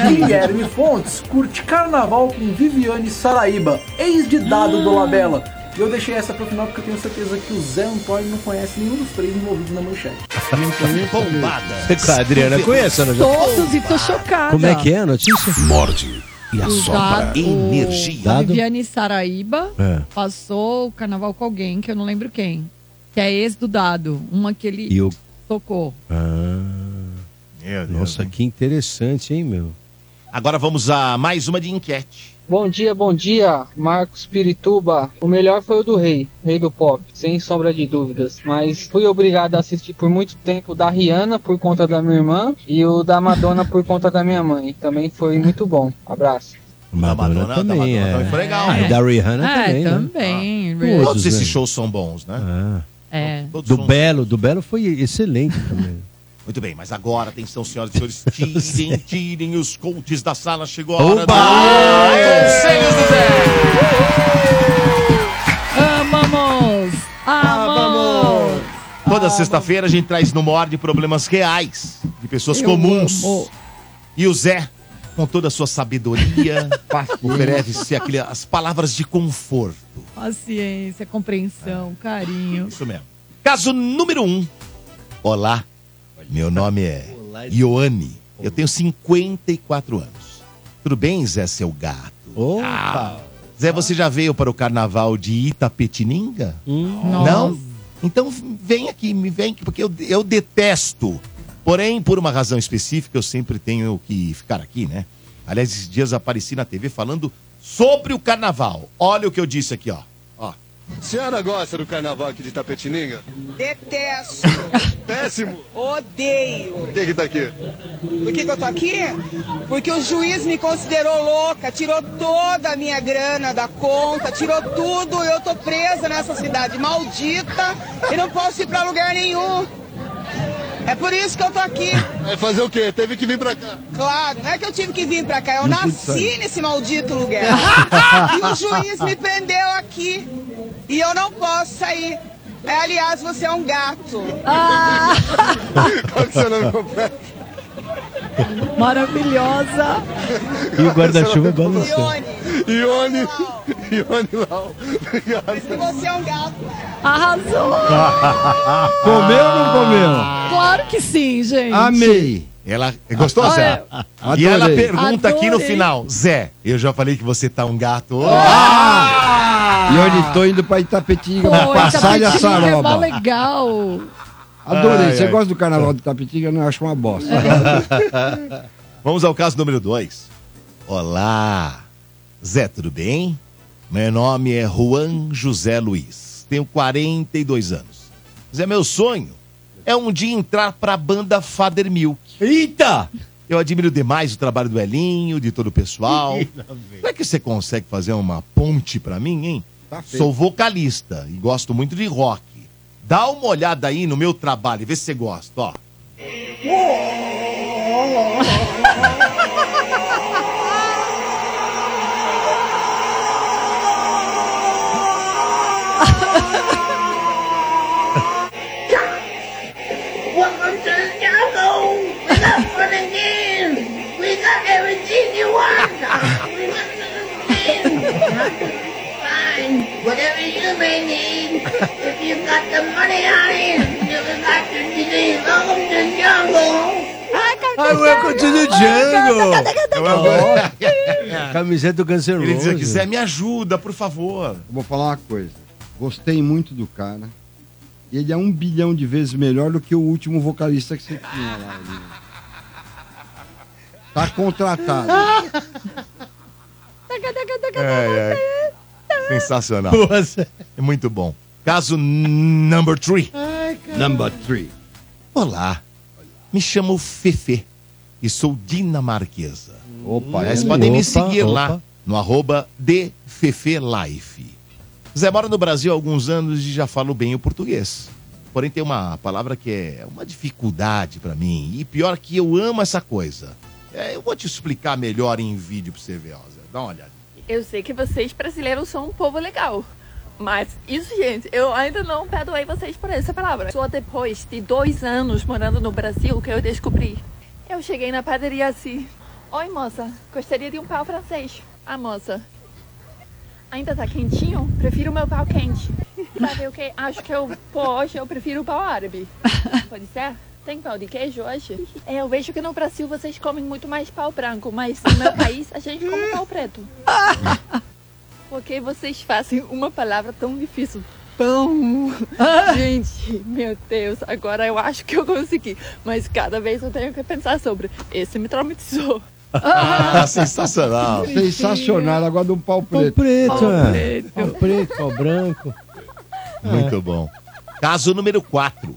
Guilherme Fontes curte carnaval com Viviane Saraíba, ex de Dado do Labella. E eu deixei essa pro final porque eu tenho certeza que o Zé Antônio não conhece nenhum dos três envolvidos na manchete. Bombada. A Adriana conhece, Ana? Todos e tô chocada. Como é que é a notícia? Morde e O assopra. dado- Energia. A Viviane Saraíba É. passou o carnaval com alguém, que eu não lembro quem. Que é ex do Dado. Uma que ele E o... tocou. Ah, Meu Deus, nossa, hein? que interessante, hein, meu? Agora vamos a mais uma de enquete. Bom dia, bom dia, Marcos Pirituba. O melhor foi o do Rei, Rei do Pop, sem sombra de dúvidas. Mas fui obrigado a assistir por muito tempo o da Rihanna por conta da minha irmã e o da Madonna por conta da minha mãe. Também foi muito bom. Abraço. Madonna, Madonna- também, da Madonna é. também foi legal, Ah, né? e da Rihanna É, também, né? também. Ah, Todos esses né? shows são bons, né? Ah. É. Todos Do são- Belo, do Belo foi excelente também. Muito bem, mas agora, atenção, senhoras e senhores, tirem, tirem os coaches da sala, chegou a hora Oba! do Conselhos do Zé! Amamos! Amamos! Toda sexta-feira a gente traz no Morde problemas reais de pessoas Eu comuns. amo. E o Zé, com toda a sua sabedoria, oferece aquele, as palavras de conforto. Paciência, compreensão, carinho. Isso mesmo. Caso número um. Olá, meu nome é Ioane. Eu tenho cinquenta e quatro anos. Tudo bem, Zé, seu gato? Ah. Zé, você já veio para o carnaval de Itapetininga? Não? Então vem aqui, me vem, porque eu, eu detesto. Porém, por uma razão específica, eu sempre tenho que ficar aqui, né? Aliás, esses dias apareci na T V falando sobre o carnaval. Olha o que eu disse aqui, ó. Ó. Senhora gosta do carnaval aqui de Itapetininga? Detesto. Péssimo. Odeio. Por que que tá aqui? Por que, que eu tô aqui? Porque o juiz me considerou louca, tirou toda a minha grana da conta, tirou tudo. Eu tô presa nessa cidade maldita e não posso ir pra lugar nenhum. É por isso que eu tô aqui. Vai fazer o quê? Teve que vir pra cá. Claro, não é que eu tive que vir pra cá, eu Não pude nasci sair. nesse maldito lugar. E o juiz me prendeu aqui. E eu não posso sair. É, aliás, você é um gato. Qual que é o seu nome completo? Maravilhosa. E o guarda-chuva balançou. Ione. Ione Lau. Obrigado. Por isso que você é um gato. Arrasou. Comeu ou não comeu? Claro que sim, gente. Amei. Ela gostou, Olha, Zé? adorei. E ela pergunta aqui no Adorei. final, Zé, eu já falei que você tá um gato. Ah! Ione, tô indo pra Itapetinga pra Pô, passar a Itapetininga é mó saroba. legal. Adorei. Ai, Você ai. gosta do carnaval de Itapetinga? Eu não acho uma bosta. Vamos ao caso número dois. Olá. Zé, tudo bem? Meu nome é Juan José Luiz. Tenho quarenta e dois anos. Zé, meu sonho é um dia entrar pra banda Father Milk. Eita! Eu admiro demais o trabalho do Elinho, de todo o pessoal. Como é que você consegue fazer uma ponte pra mim, hein? Tá feito. Sou vocalista e gosto muito de rock. Dá uma olhada aí no meu trabalho e vê se você gosta, ó. Welcome to the jungle. We got fun and games. We got everything you want. We got everything. Fine, whatever you may need. If you got the money on it, you got the disease. Welcome to the jungle. Ah, welcome to the jungle! Camiseta do Guns N' Ele Roses. diz aqui, Zé, me ajuda, por favor. Eu vou falar uma coisa. Gostei muito do cara. Ele é um bilhão de vezes melhor do que o último vocalista que você tinha lá. Ele... Tá contratado. Ai, ai. Sensacional. É muito bom. Caso number three. Number three. Olá, me chamo Fefe e sou dinamarquesa. Opa, Vocês é. podem me Opa, seguir opa. lá no arroba de Fefe Life. Zé mora no Brasil há alguns anos e já falo bem o português. Porém tem uma palavra que é uma dificuldade pra mim. E pior que eu amo essa coisa. É, eu vou te explicar melhor em vídeo pra você ver, ó, Zé. Dá uma olhada. Eu sei que vocês brasileiros são um povo legal. Mas isso, gente, eu ainda não perdoei vocês por essa palavra. Só depois de dois anos morando no Brasil que eu descobri. Eu cheguei na padaria assim. Oi, moça, gostaria de um pão francês. A moça. Ainda tá quentinho? Prefiro o meu pau quente. Sabe o que? Acho que eu, pô, hoje eu prefiro o pau árabe. Pode ser? Tem pau de queijo hoje? É, eu vejo que no Brasil vocês comem muito mais pau branco, mas no meu país a gente come pau preto. Por que vocês fazem uma palavra tão difícil? Pão! Gente, meu Deus, agora eu acho que eu consegui. Mas cada vez eu tenho que pensar sobre. Esse me traumatizou. Ah, sensacional. Sensacional, agora de um pau preto. Pau preto, Pau é. preto. Pau preto, pau branco. Muito bom. Caso número quatro.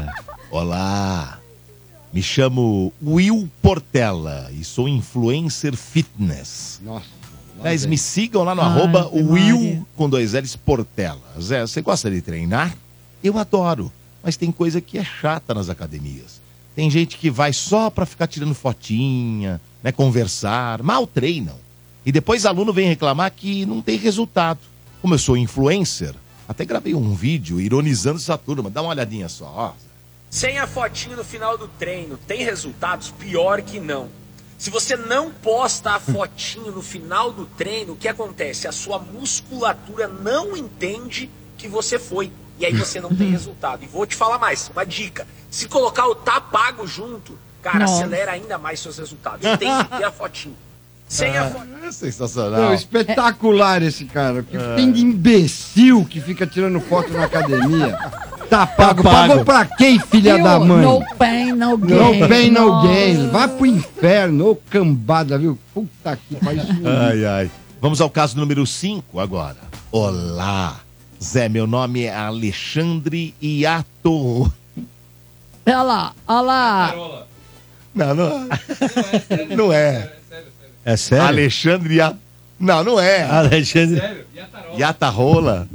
Olá, me chamo Will Portela e sou influencer fitness. Nossa. Mas me sigam lá no Ai, arroba que Will Maria. com dois L's Portela. Zé, você gosta de treinar? Eu adoro, mas tem coisa que é chata nas academias. Tem gente que vai só pra ficar tirando fotinha, né, conversar, mal treinam. E depois aluno vem reclamar que não tem resultado. Como eu sou influencer, até gravei um vídeo ironizando essa turma. Dá uma olhadinha só, ó. Sem a fotinho no final do treino, tem resultados? Pior que não. Se você não posta a fotinho no final do treino, o que acontece? A sua musculatura não entende que você foi. E aí você não tem resultado. E vou te falar mais, uma dica. Se colocar o tá pago junto, cara, Nossa. acelera ainda mais seus resultados. Tem que ter a fotinho. Sem a fotinho. É sensacional. Não, espetacular esse cara. Que tem de imbecil que fica tirando foto na academia. Tá pago. Tá pago. Pagou pra quem, filha Viu? da mãe? No pain, no gain. No pain, no Nossa. gain. Vai pro inferno, ô cambada, viu? Puta que pariu. Ai, ai. Vamos ao caso número cinco agora. Olá. Zé, meu nome é Alexandre Iato. Olha lá, olha lá. Não, não, não é. É sério? Alexandre Iato. Não, não é. Alexandre. Iatarola.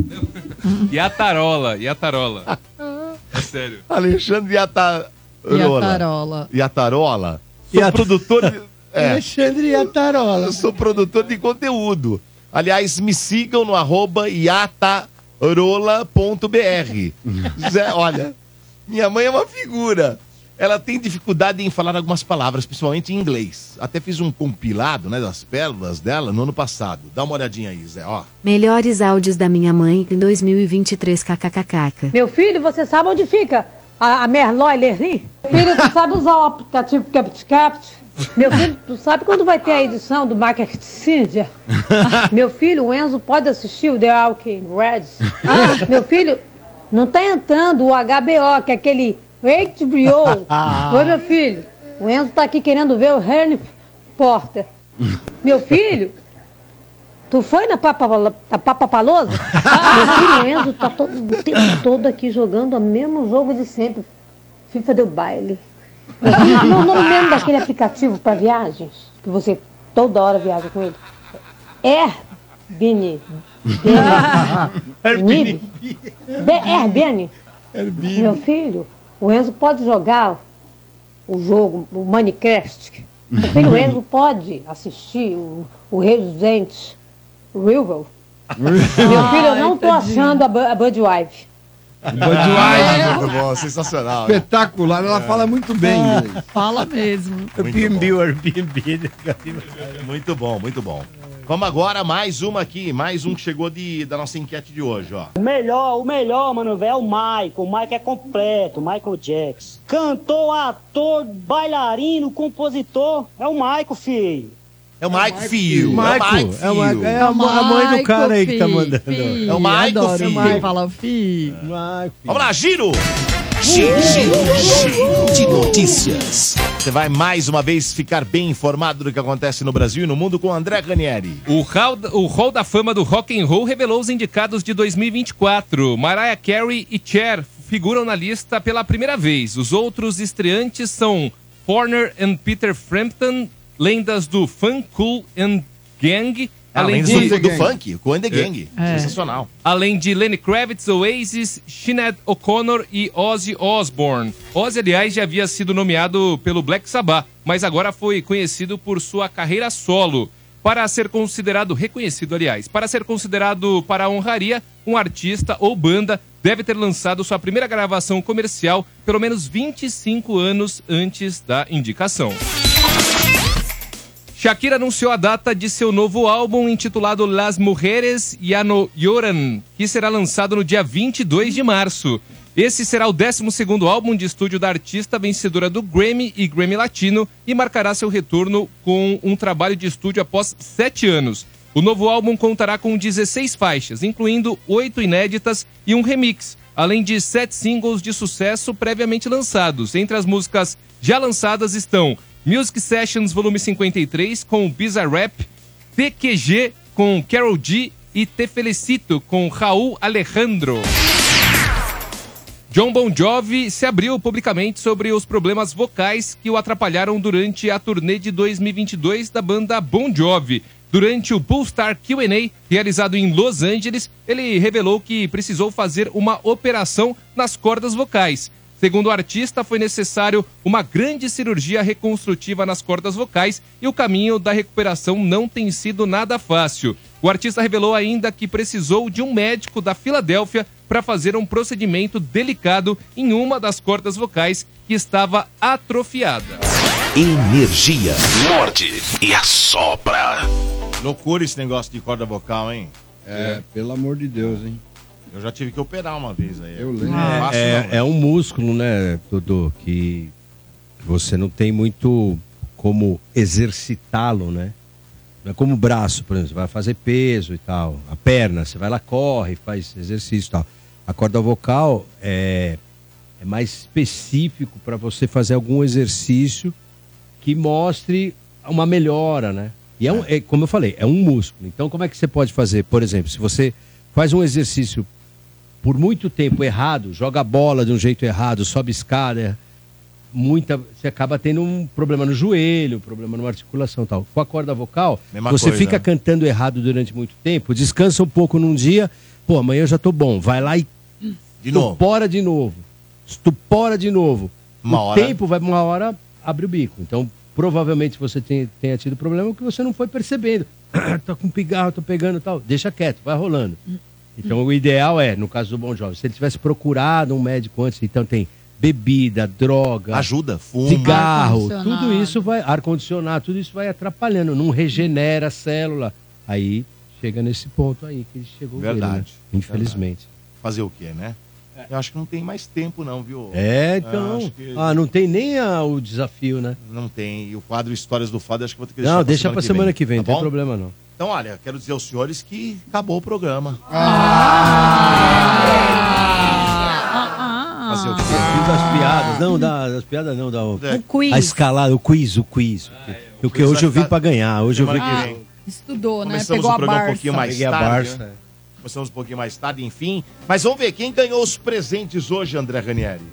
Iatarola, Iatarola. É sério. Alexandre Iatarola. Iatarola. Iatarola. Sou Iata- produtor de... É. Alexandre Iatarola. Eu sou produtor de conteúdo. Aliás, me sigam no arroba iatarola ponto br. Zé, olha, minha mãe é uma figura. Ela tem dificuldade em falar algumas palavras, principalmente em inglês. Até fiz um compilado, né, das pérolas dela no ano passado. Dá uma olhadinha aí, Zé, ó. Melhores áudios da minha mãe em dois mil e vinte e três, kkkk. Meu filho, você sabe onde fica a, a Merlot Lerry? Filho, tu sabe usar o aplicativo CapCut? Meu filho, tu sabe quando vai ter a edição do Market Cindia? Meu filho, o Enzo pode assistir o The Walking Red? Ah, meu filho, não tá entrando o H B O, que é aquele H B O. Oi, meu filho, o Enzo tá aqui querendo ver o Harry Potter. Meu filho, tu foi na Papa, na Papa Palosa? Meu filho, o Enzo tá todo, o tempo todo aqui jogando o mesmo jogo de sempre. FIFA do baile. Não, não lembro daquele aplicativo para viagens, que você toda hora viaja com ele. Airbnb. Airbnb. Airbnb. Meu filho, o Enzo pode jogar o jogo, o Minecraft. Meu filho, o Enzo pode assistir o, o Resident Evil. Meu filho, eu não tô achando a, Bu- a Budweiser. Budweiser. Muito bom, sensacional. Espetacular, ela fala muito bem. inglês. Fala mesmo. Airbnb, Airbnb. Muito bom, muito bom. Vamos agora, mais uma aqui, mais um que chegou de, da nossa enquete de hoje, ó. O melhor, o melhor, mano, velho, é o Michael. O Michael é completo, Michael Jackson. Cantor, ator, bailarino, compositor. É o Michael, filho. É o Mike Fio. Michael, É o Mike Fio. é a, a mãe do cara aí que tá mandando. É o Michael Fio. Quem fala Fio. Vamos lá, giro! Giro, giro, giro de notícias. Você vai mais uma vez ficar bem informado do que acontece no Brasil e no mundo com André Ranieri. O hall, o hall da Fama do Rock and Roll revelou os indicados de dois mil e vinte e quatro. Mariah Carey e Cher figuram na lista pela primeira vez. Os outros estreantes são Foreigner e Peter Frampton, lendas do Fun Cool and Gang. Ah, além além de do, do funk, Cool and the Gang. É. Sensacional. Além de Lenny Kravitz, Oasis, Sinead O'Connor e Ozzy Osbourne. Ozzy, aliás, já havia sido nomeado pelo Black Sabbath, mas agora foi conhecido por sua carreira solo. Para ser considerado, reconhecido, aliás, para ser considerado para a honraria, um artista ou banda deve ter lançado sua primeira gravação comercial pelo menos vinte e cinco anos antes da indicação. Shakira anunciou a data de seu novo álbum intitulado Las Mujeres Ya No Lloran, que será lançado no dia vinte e dois de março. Esse será o décimo segundo álbum de estúdio da artista vencedora do Grammy e Grammy Latino e marcará seu retorno com um trabalho de estúdio após sete anos. O novo álbum contará com dezesseis faixas, incluindo oito inéditas e um remix, além de sete singles de sucesso previamente lançados. Entre as músicas já lançadas estão Music Sessions Volume cinquenta e três com Bizarrap, T Q G com Karol G e Te Felicito com Raul Alejandro. Jon Bon Jovi se abriu publicamente sobre os problemas vocais que o atrapalharam durante a turnê de dois mil e vinte e dois da banda Bon Jovi. Durante o Poolstar Q and A, realizado em Los Angeles, ele revelou que precisou fazer uma operação nas cordas vocais. Segundo o artista, foi necessário uma grande cirurgia reconstrutiva nas cordas vocais e o caminho da recuperação não tem sido nada fácil. O artista revelou ainda que precisou de um médico da Filadélfia para fazer um procedimento delicado em uma das cordas vocais que estava atrofiada. Energia. Morde e assopra. Loucura esse negócio de corda vocal, hein? É, pelo amor de Deus, hein? Eu já tive que operar uma vez aí. Eu lembro. Não é fácil, É, não, né? é um músculo, né, Dudu, que você não tem muito como exercitá-lo, né? Não é como o braço, por exemplo, você vai fazer peso e tal. A perna, você vai lá, corre, faz exercício e tal. A corda vocal é, é mais específico para você fazer algum exercício que mostre uma melhora, né? E é, um, é como eu falei, é um músculo. Então, como é que você pode fazer? Por exemplo, se você faz um exercício por muito tempo errado, joga a bola de um jeito errado, sobe escada, muita, você acaba tendo um problema no joelho, um problema numa articulação e tal. Com a corda vocal, Mesma você coisa, fica né? cantando errado durante muito tempo, descansa um pouco num dia, pô, amanhã eu já tô bom, vai lá e De novo. estupora de novo, estupora de novo. Uma o hora- tempo vai uma hora, abre o bico. Então, provavelmente você tem- tenha tido problema que você não foi percebendo. Tô com pigarro, tô pegando e tal. Deixa quieto, vai rolando. Então, o ideal é, no caso do Bon Jovi, se ele tivesse procurado um médico antes, então tem bebida, droga, Ajuda, fumo. cigarro, Ar-condicionado. tudo isso vai, ar-condicionado, tudo isso vai atrapalhando, não regenera a célula. Aí chega nesse ponto aí que chegou ele, né? Verdade. Infelizmente. Fazer o quê, né? Eu acho que não tem mais tempo não, viu? É, Eu então. acho que Ah, não tem nem a- o desafio, né? Não tem. E o quadro Histórias do Fado, acho que vou ter que deixar Não, deixa pra semana que vem, não tá tem bom? problema não. Então, olha, quero dizer aos senhores que acabou o programa. Ah, Fazer o quê? Fio das piadas, não, da, das piadas não, da, o, É. O quiz. a escalada, o quiz, o quiz. o que quiz hoje vai eu vim ficar pra ganhar, hoje eu vim... semana que Ah, vem. estudou, né? Começamos Pegou o a programa Barça. um pouquinho mais Peguei a tarde. Barça, né? é. Começamos um pouquinho mais tarde, enfim. Mas vamos ver quem ganhou os presentes hoje, André Ranieri.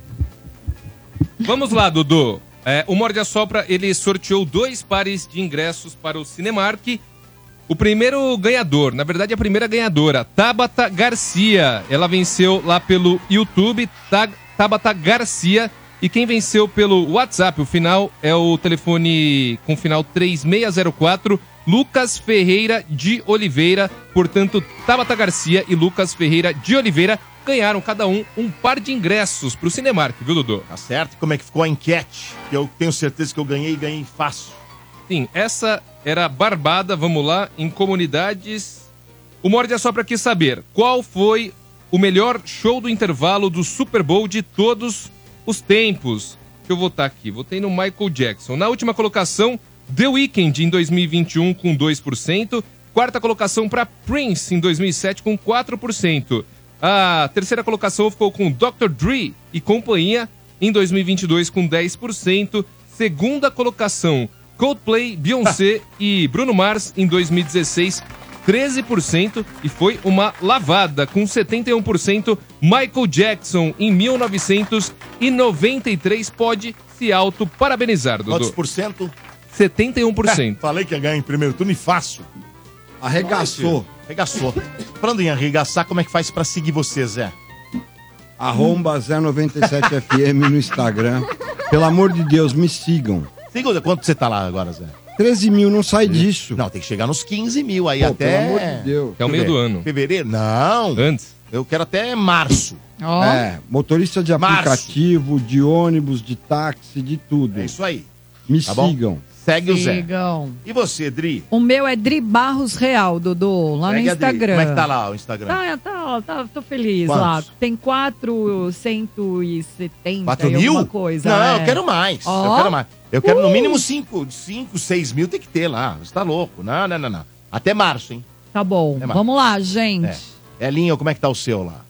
Vamos lá, Dudu. É, o Morde a Sopra, ele sorteou dois pares de ingressos para o Cinemark. O primeiro ganhador, na verdade a primeira ganhadora, Tabata Garcia. Ela venceu lá pelo YouTube, Ta- Tabata Garcia. E quem venceu pelo WhatsApp, o final é o telefone com final três seis zero quatro, Lucas Ferreira de Oliveira. Portanto, Tabata Garcia e Lucas Ferreira de Oliveira ganharam cada um um par de ingressos para o Cinemark, viu, Dudu? Tá certo? Como é que ficou a enquete? Que eu tenho certeza que eu ganhei e ganhei fácil. Sim, essa era barbada, vamos lá, em comunidades. O Morde a Sopra quis saber qual foi o melhor show do intervalo do Super Bowl de todos os tempos. Deixa eu votar aqui, votei no Michael Jackson. Na última colocação, The Weeknd em dois mil e vinte e um com dois por cento. Quarta colocação para Prince em dois mil e sete com quatro por cento. A terceira colocação ficou com doutor Dre e companhia em dois mil e vinte e dois com dez por cento. Segunda colocação, Coldplay, Beyoncé e Bruno Mars em dois mil e dezesseis, treze por cento. E foi uma lavada com setenta e um por cento. Michael Jackson em mil novecentos e noventa e três. Pode se auto-parabenizar, Dudu. Quantos por cento? setenta e um por cento. Falei que ia ganhar em primeiro turno e fácil. Arregaçou. Arregaçou. Falando em arregaçar, como é que faz pra seguir você, Zé? Arromba Zé noventa e sete F M no Instagram. Pelo amor de Deus, me sigam. Siga, quanto você tá lá agora, Zé? treze mil, não sai disso. Não, tem que chegar nos quinze mil aí Pô, até... pelo amor de Deus. É o meio do ano. Fevereiro? Não. Antes. Eu quero até março. Ó. É, motorista de Março. aplicativo, de ônibus, de táxi, de tudo. É isso aí. Me Tá bom? sigam. Segue Sigam. o Zé. E você, Dri? O meu é Dri Barros Real, Dudu, lá Segue no a Dri. Instagram. Como é que tá lá o Instagram? Tá, tá, tá, tô feliz Quantos? lá. Tem quatrocentos e setenta quatro e mil? alguma coisa. Não, é. eu quero mais. Ó. Eu quero mais. Eu quero no Uh. mínimo cinco, seis mil tem que ter lá. Você tá louco. Não, não, não, não. Até março, hein? Tá bom, Até março. vamos lá, gente. É. Elinho, como é que tá o seu lá?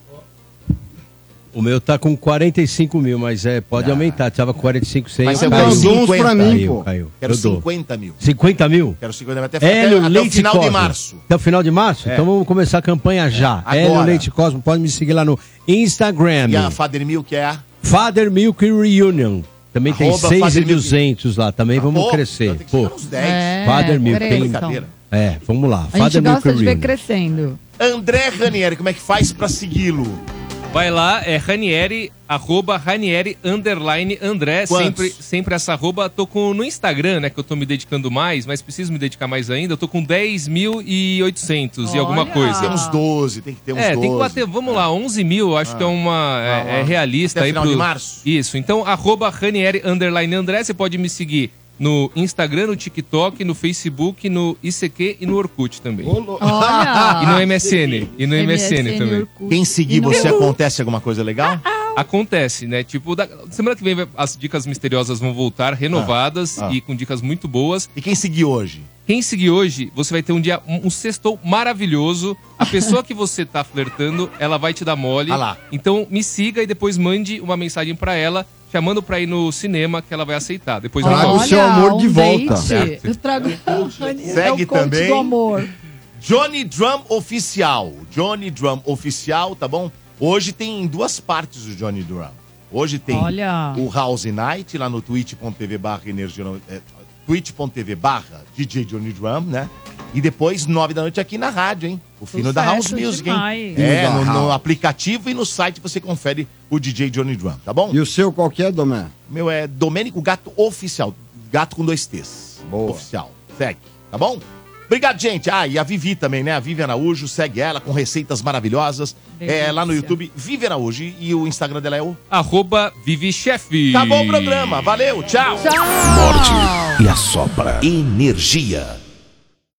O meu tá com quarenta e cinco mil, mas é, pode aumentar. Tava com quarenta e cinco, cem. Mas eu caiu. quero cinquenta. pra mim, Caiu, pô. caiu. Quero Eu dou. cinquenta mil. cinquenta mil? Quero cinquenta mil até, até, Hélio até o Leite final Cosmo. de março. Até o final de março? É. Então vamos começar a campanha já. Agora. Hélio Leite Cosmo, pode me seguir lá no Instagram. E a Father Milk é a... Father Milk Reunion. Também tem Arroba seis Father e duzentos lá. Também vamos pô, crescer. então tem que Pô, chegar uns dez. É, Father Milk peraí, tem... então. É, vamos lá. A gente Father Milk gosta de ver Reunion. crescendo. André Ranieri, como é que faz pra segui-lo? Vai lá, é Ranieri, arroba Ranieri, underline André. Quantos? Sempre, sempre essa arroba. Tô com no Instagram, né, que eu tô me dedicando mais, mas preciso me dedicar mais ainda. Eu tô com dez mil e oitocentos e alguma Olha! coisa. Tem uns doze, tem que ter uns É, doze. tem que bater, vamos lá, onze mil, eu acho Ah. que é uma, é, Ah, é realista. até aí final de março? Isso, então, arroba Ranieri, underline André, você pode me seguir no Instagram, no TikTok, no Facebook, no I C Q e no Orkut também. Olha! E no M S N, e no M S N, também. Orkut. Quem seguir E no- você, acontece alguma coisa legal? Acontece, né? Tipo, da- semana que vem vai- as dicas misteriosas vão voltar renovadas Ah, ah. e com dicas muito boas. E quem seguir hoje? Quem seguir hoje, você vai ter um dia, um, um sextou maravilhoso. A pessoa que você tá flertando, ela vai te dar mole. Ah lá. Então me siga e depois mande uma mensagem pra ela, chamando pra ir no cinema, que ela vai aceitar. Depois eu Traga volto. o seu amor de volta. Date. Eu trago Segue é o coach também. do amor. Johnny Drum Oficial. Johnny Drum Oficial, tá bom? Hoje tem duas partes do Johnny Drum. Hoje tem Olha. o House Night lá no twitch.tv barra energia... É, twitch.tv barra D J Johnny Drum, né? E depois, nove da noite, aqui na rádio, hein? O fino da House Sucesso Music, hein? demais. É, Fino no, da no House. aplicativo e no site você confere o D J Johnny Drum, tá bom? E o seu qual que é, Domé? Meu é Domênico Gato Oficial. Gato com dois T's. Boa. Oficial. Segue, tá bom? Obrigado, gente. Ah, e a Vivi também, né? A Vivi Araújo, segue ela com receitas maravilhosas. É lá no YouTube, Vivi Araújo. E o Instagram dela é o... Arroba Vivi Chefe. Acabou o programa. Valeu, tchau. Morde e assopra. Energia.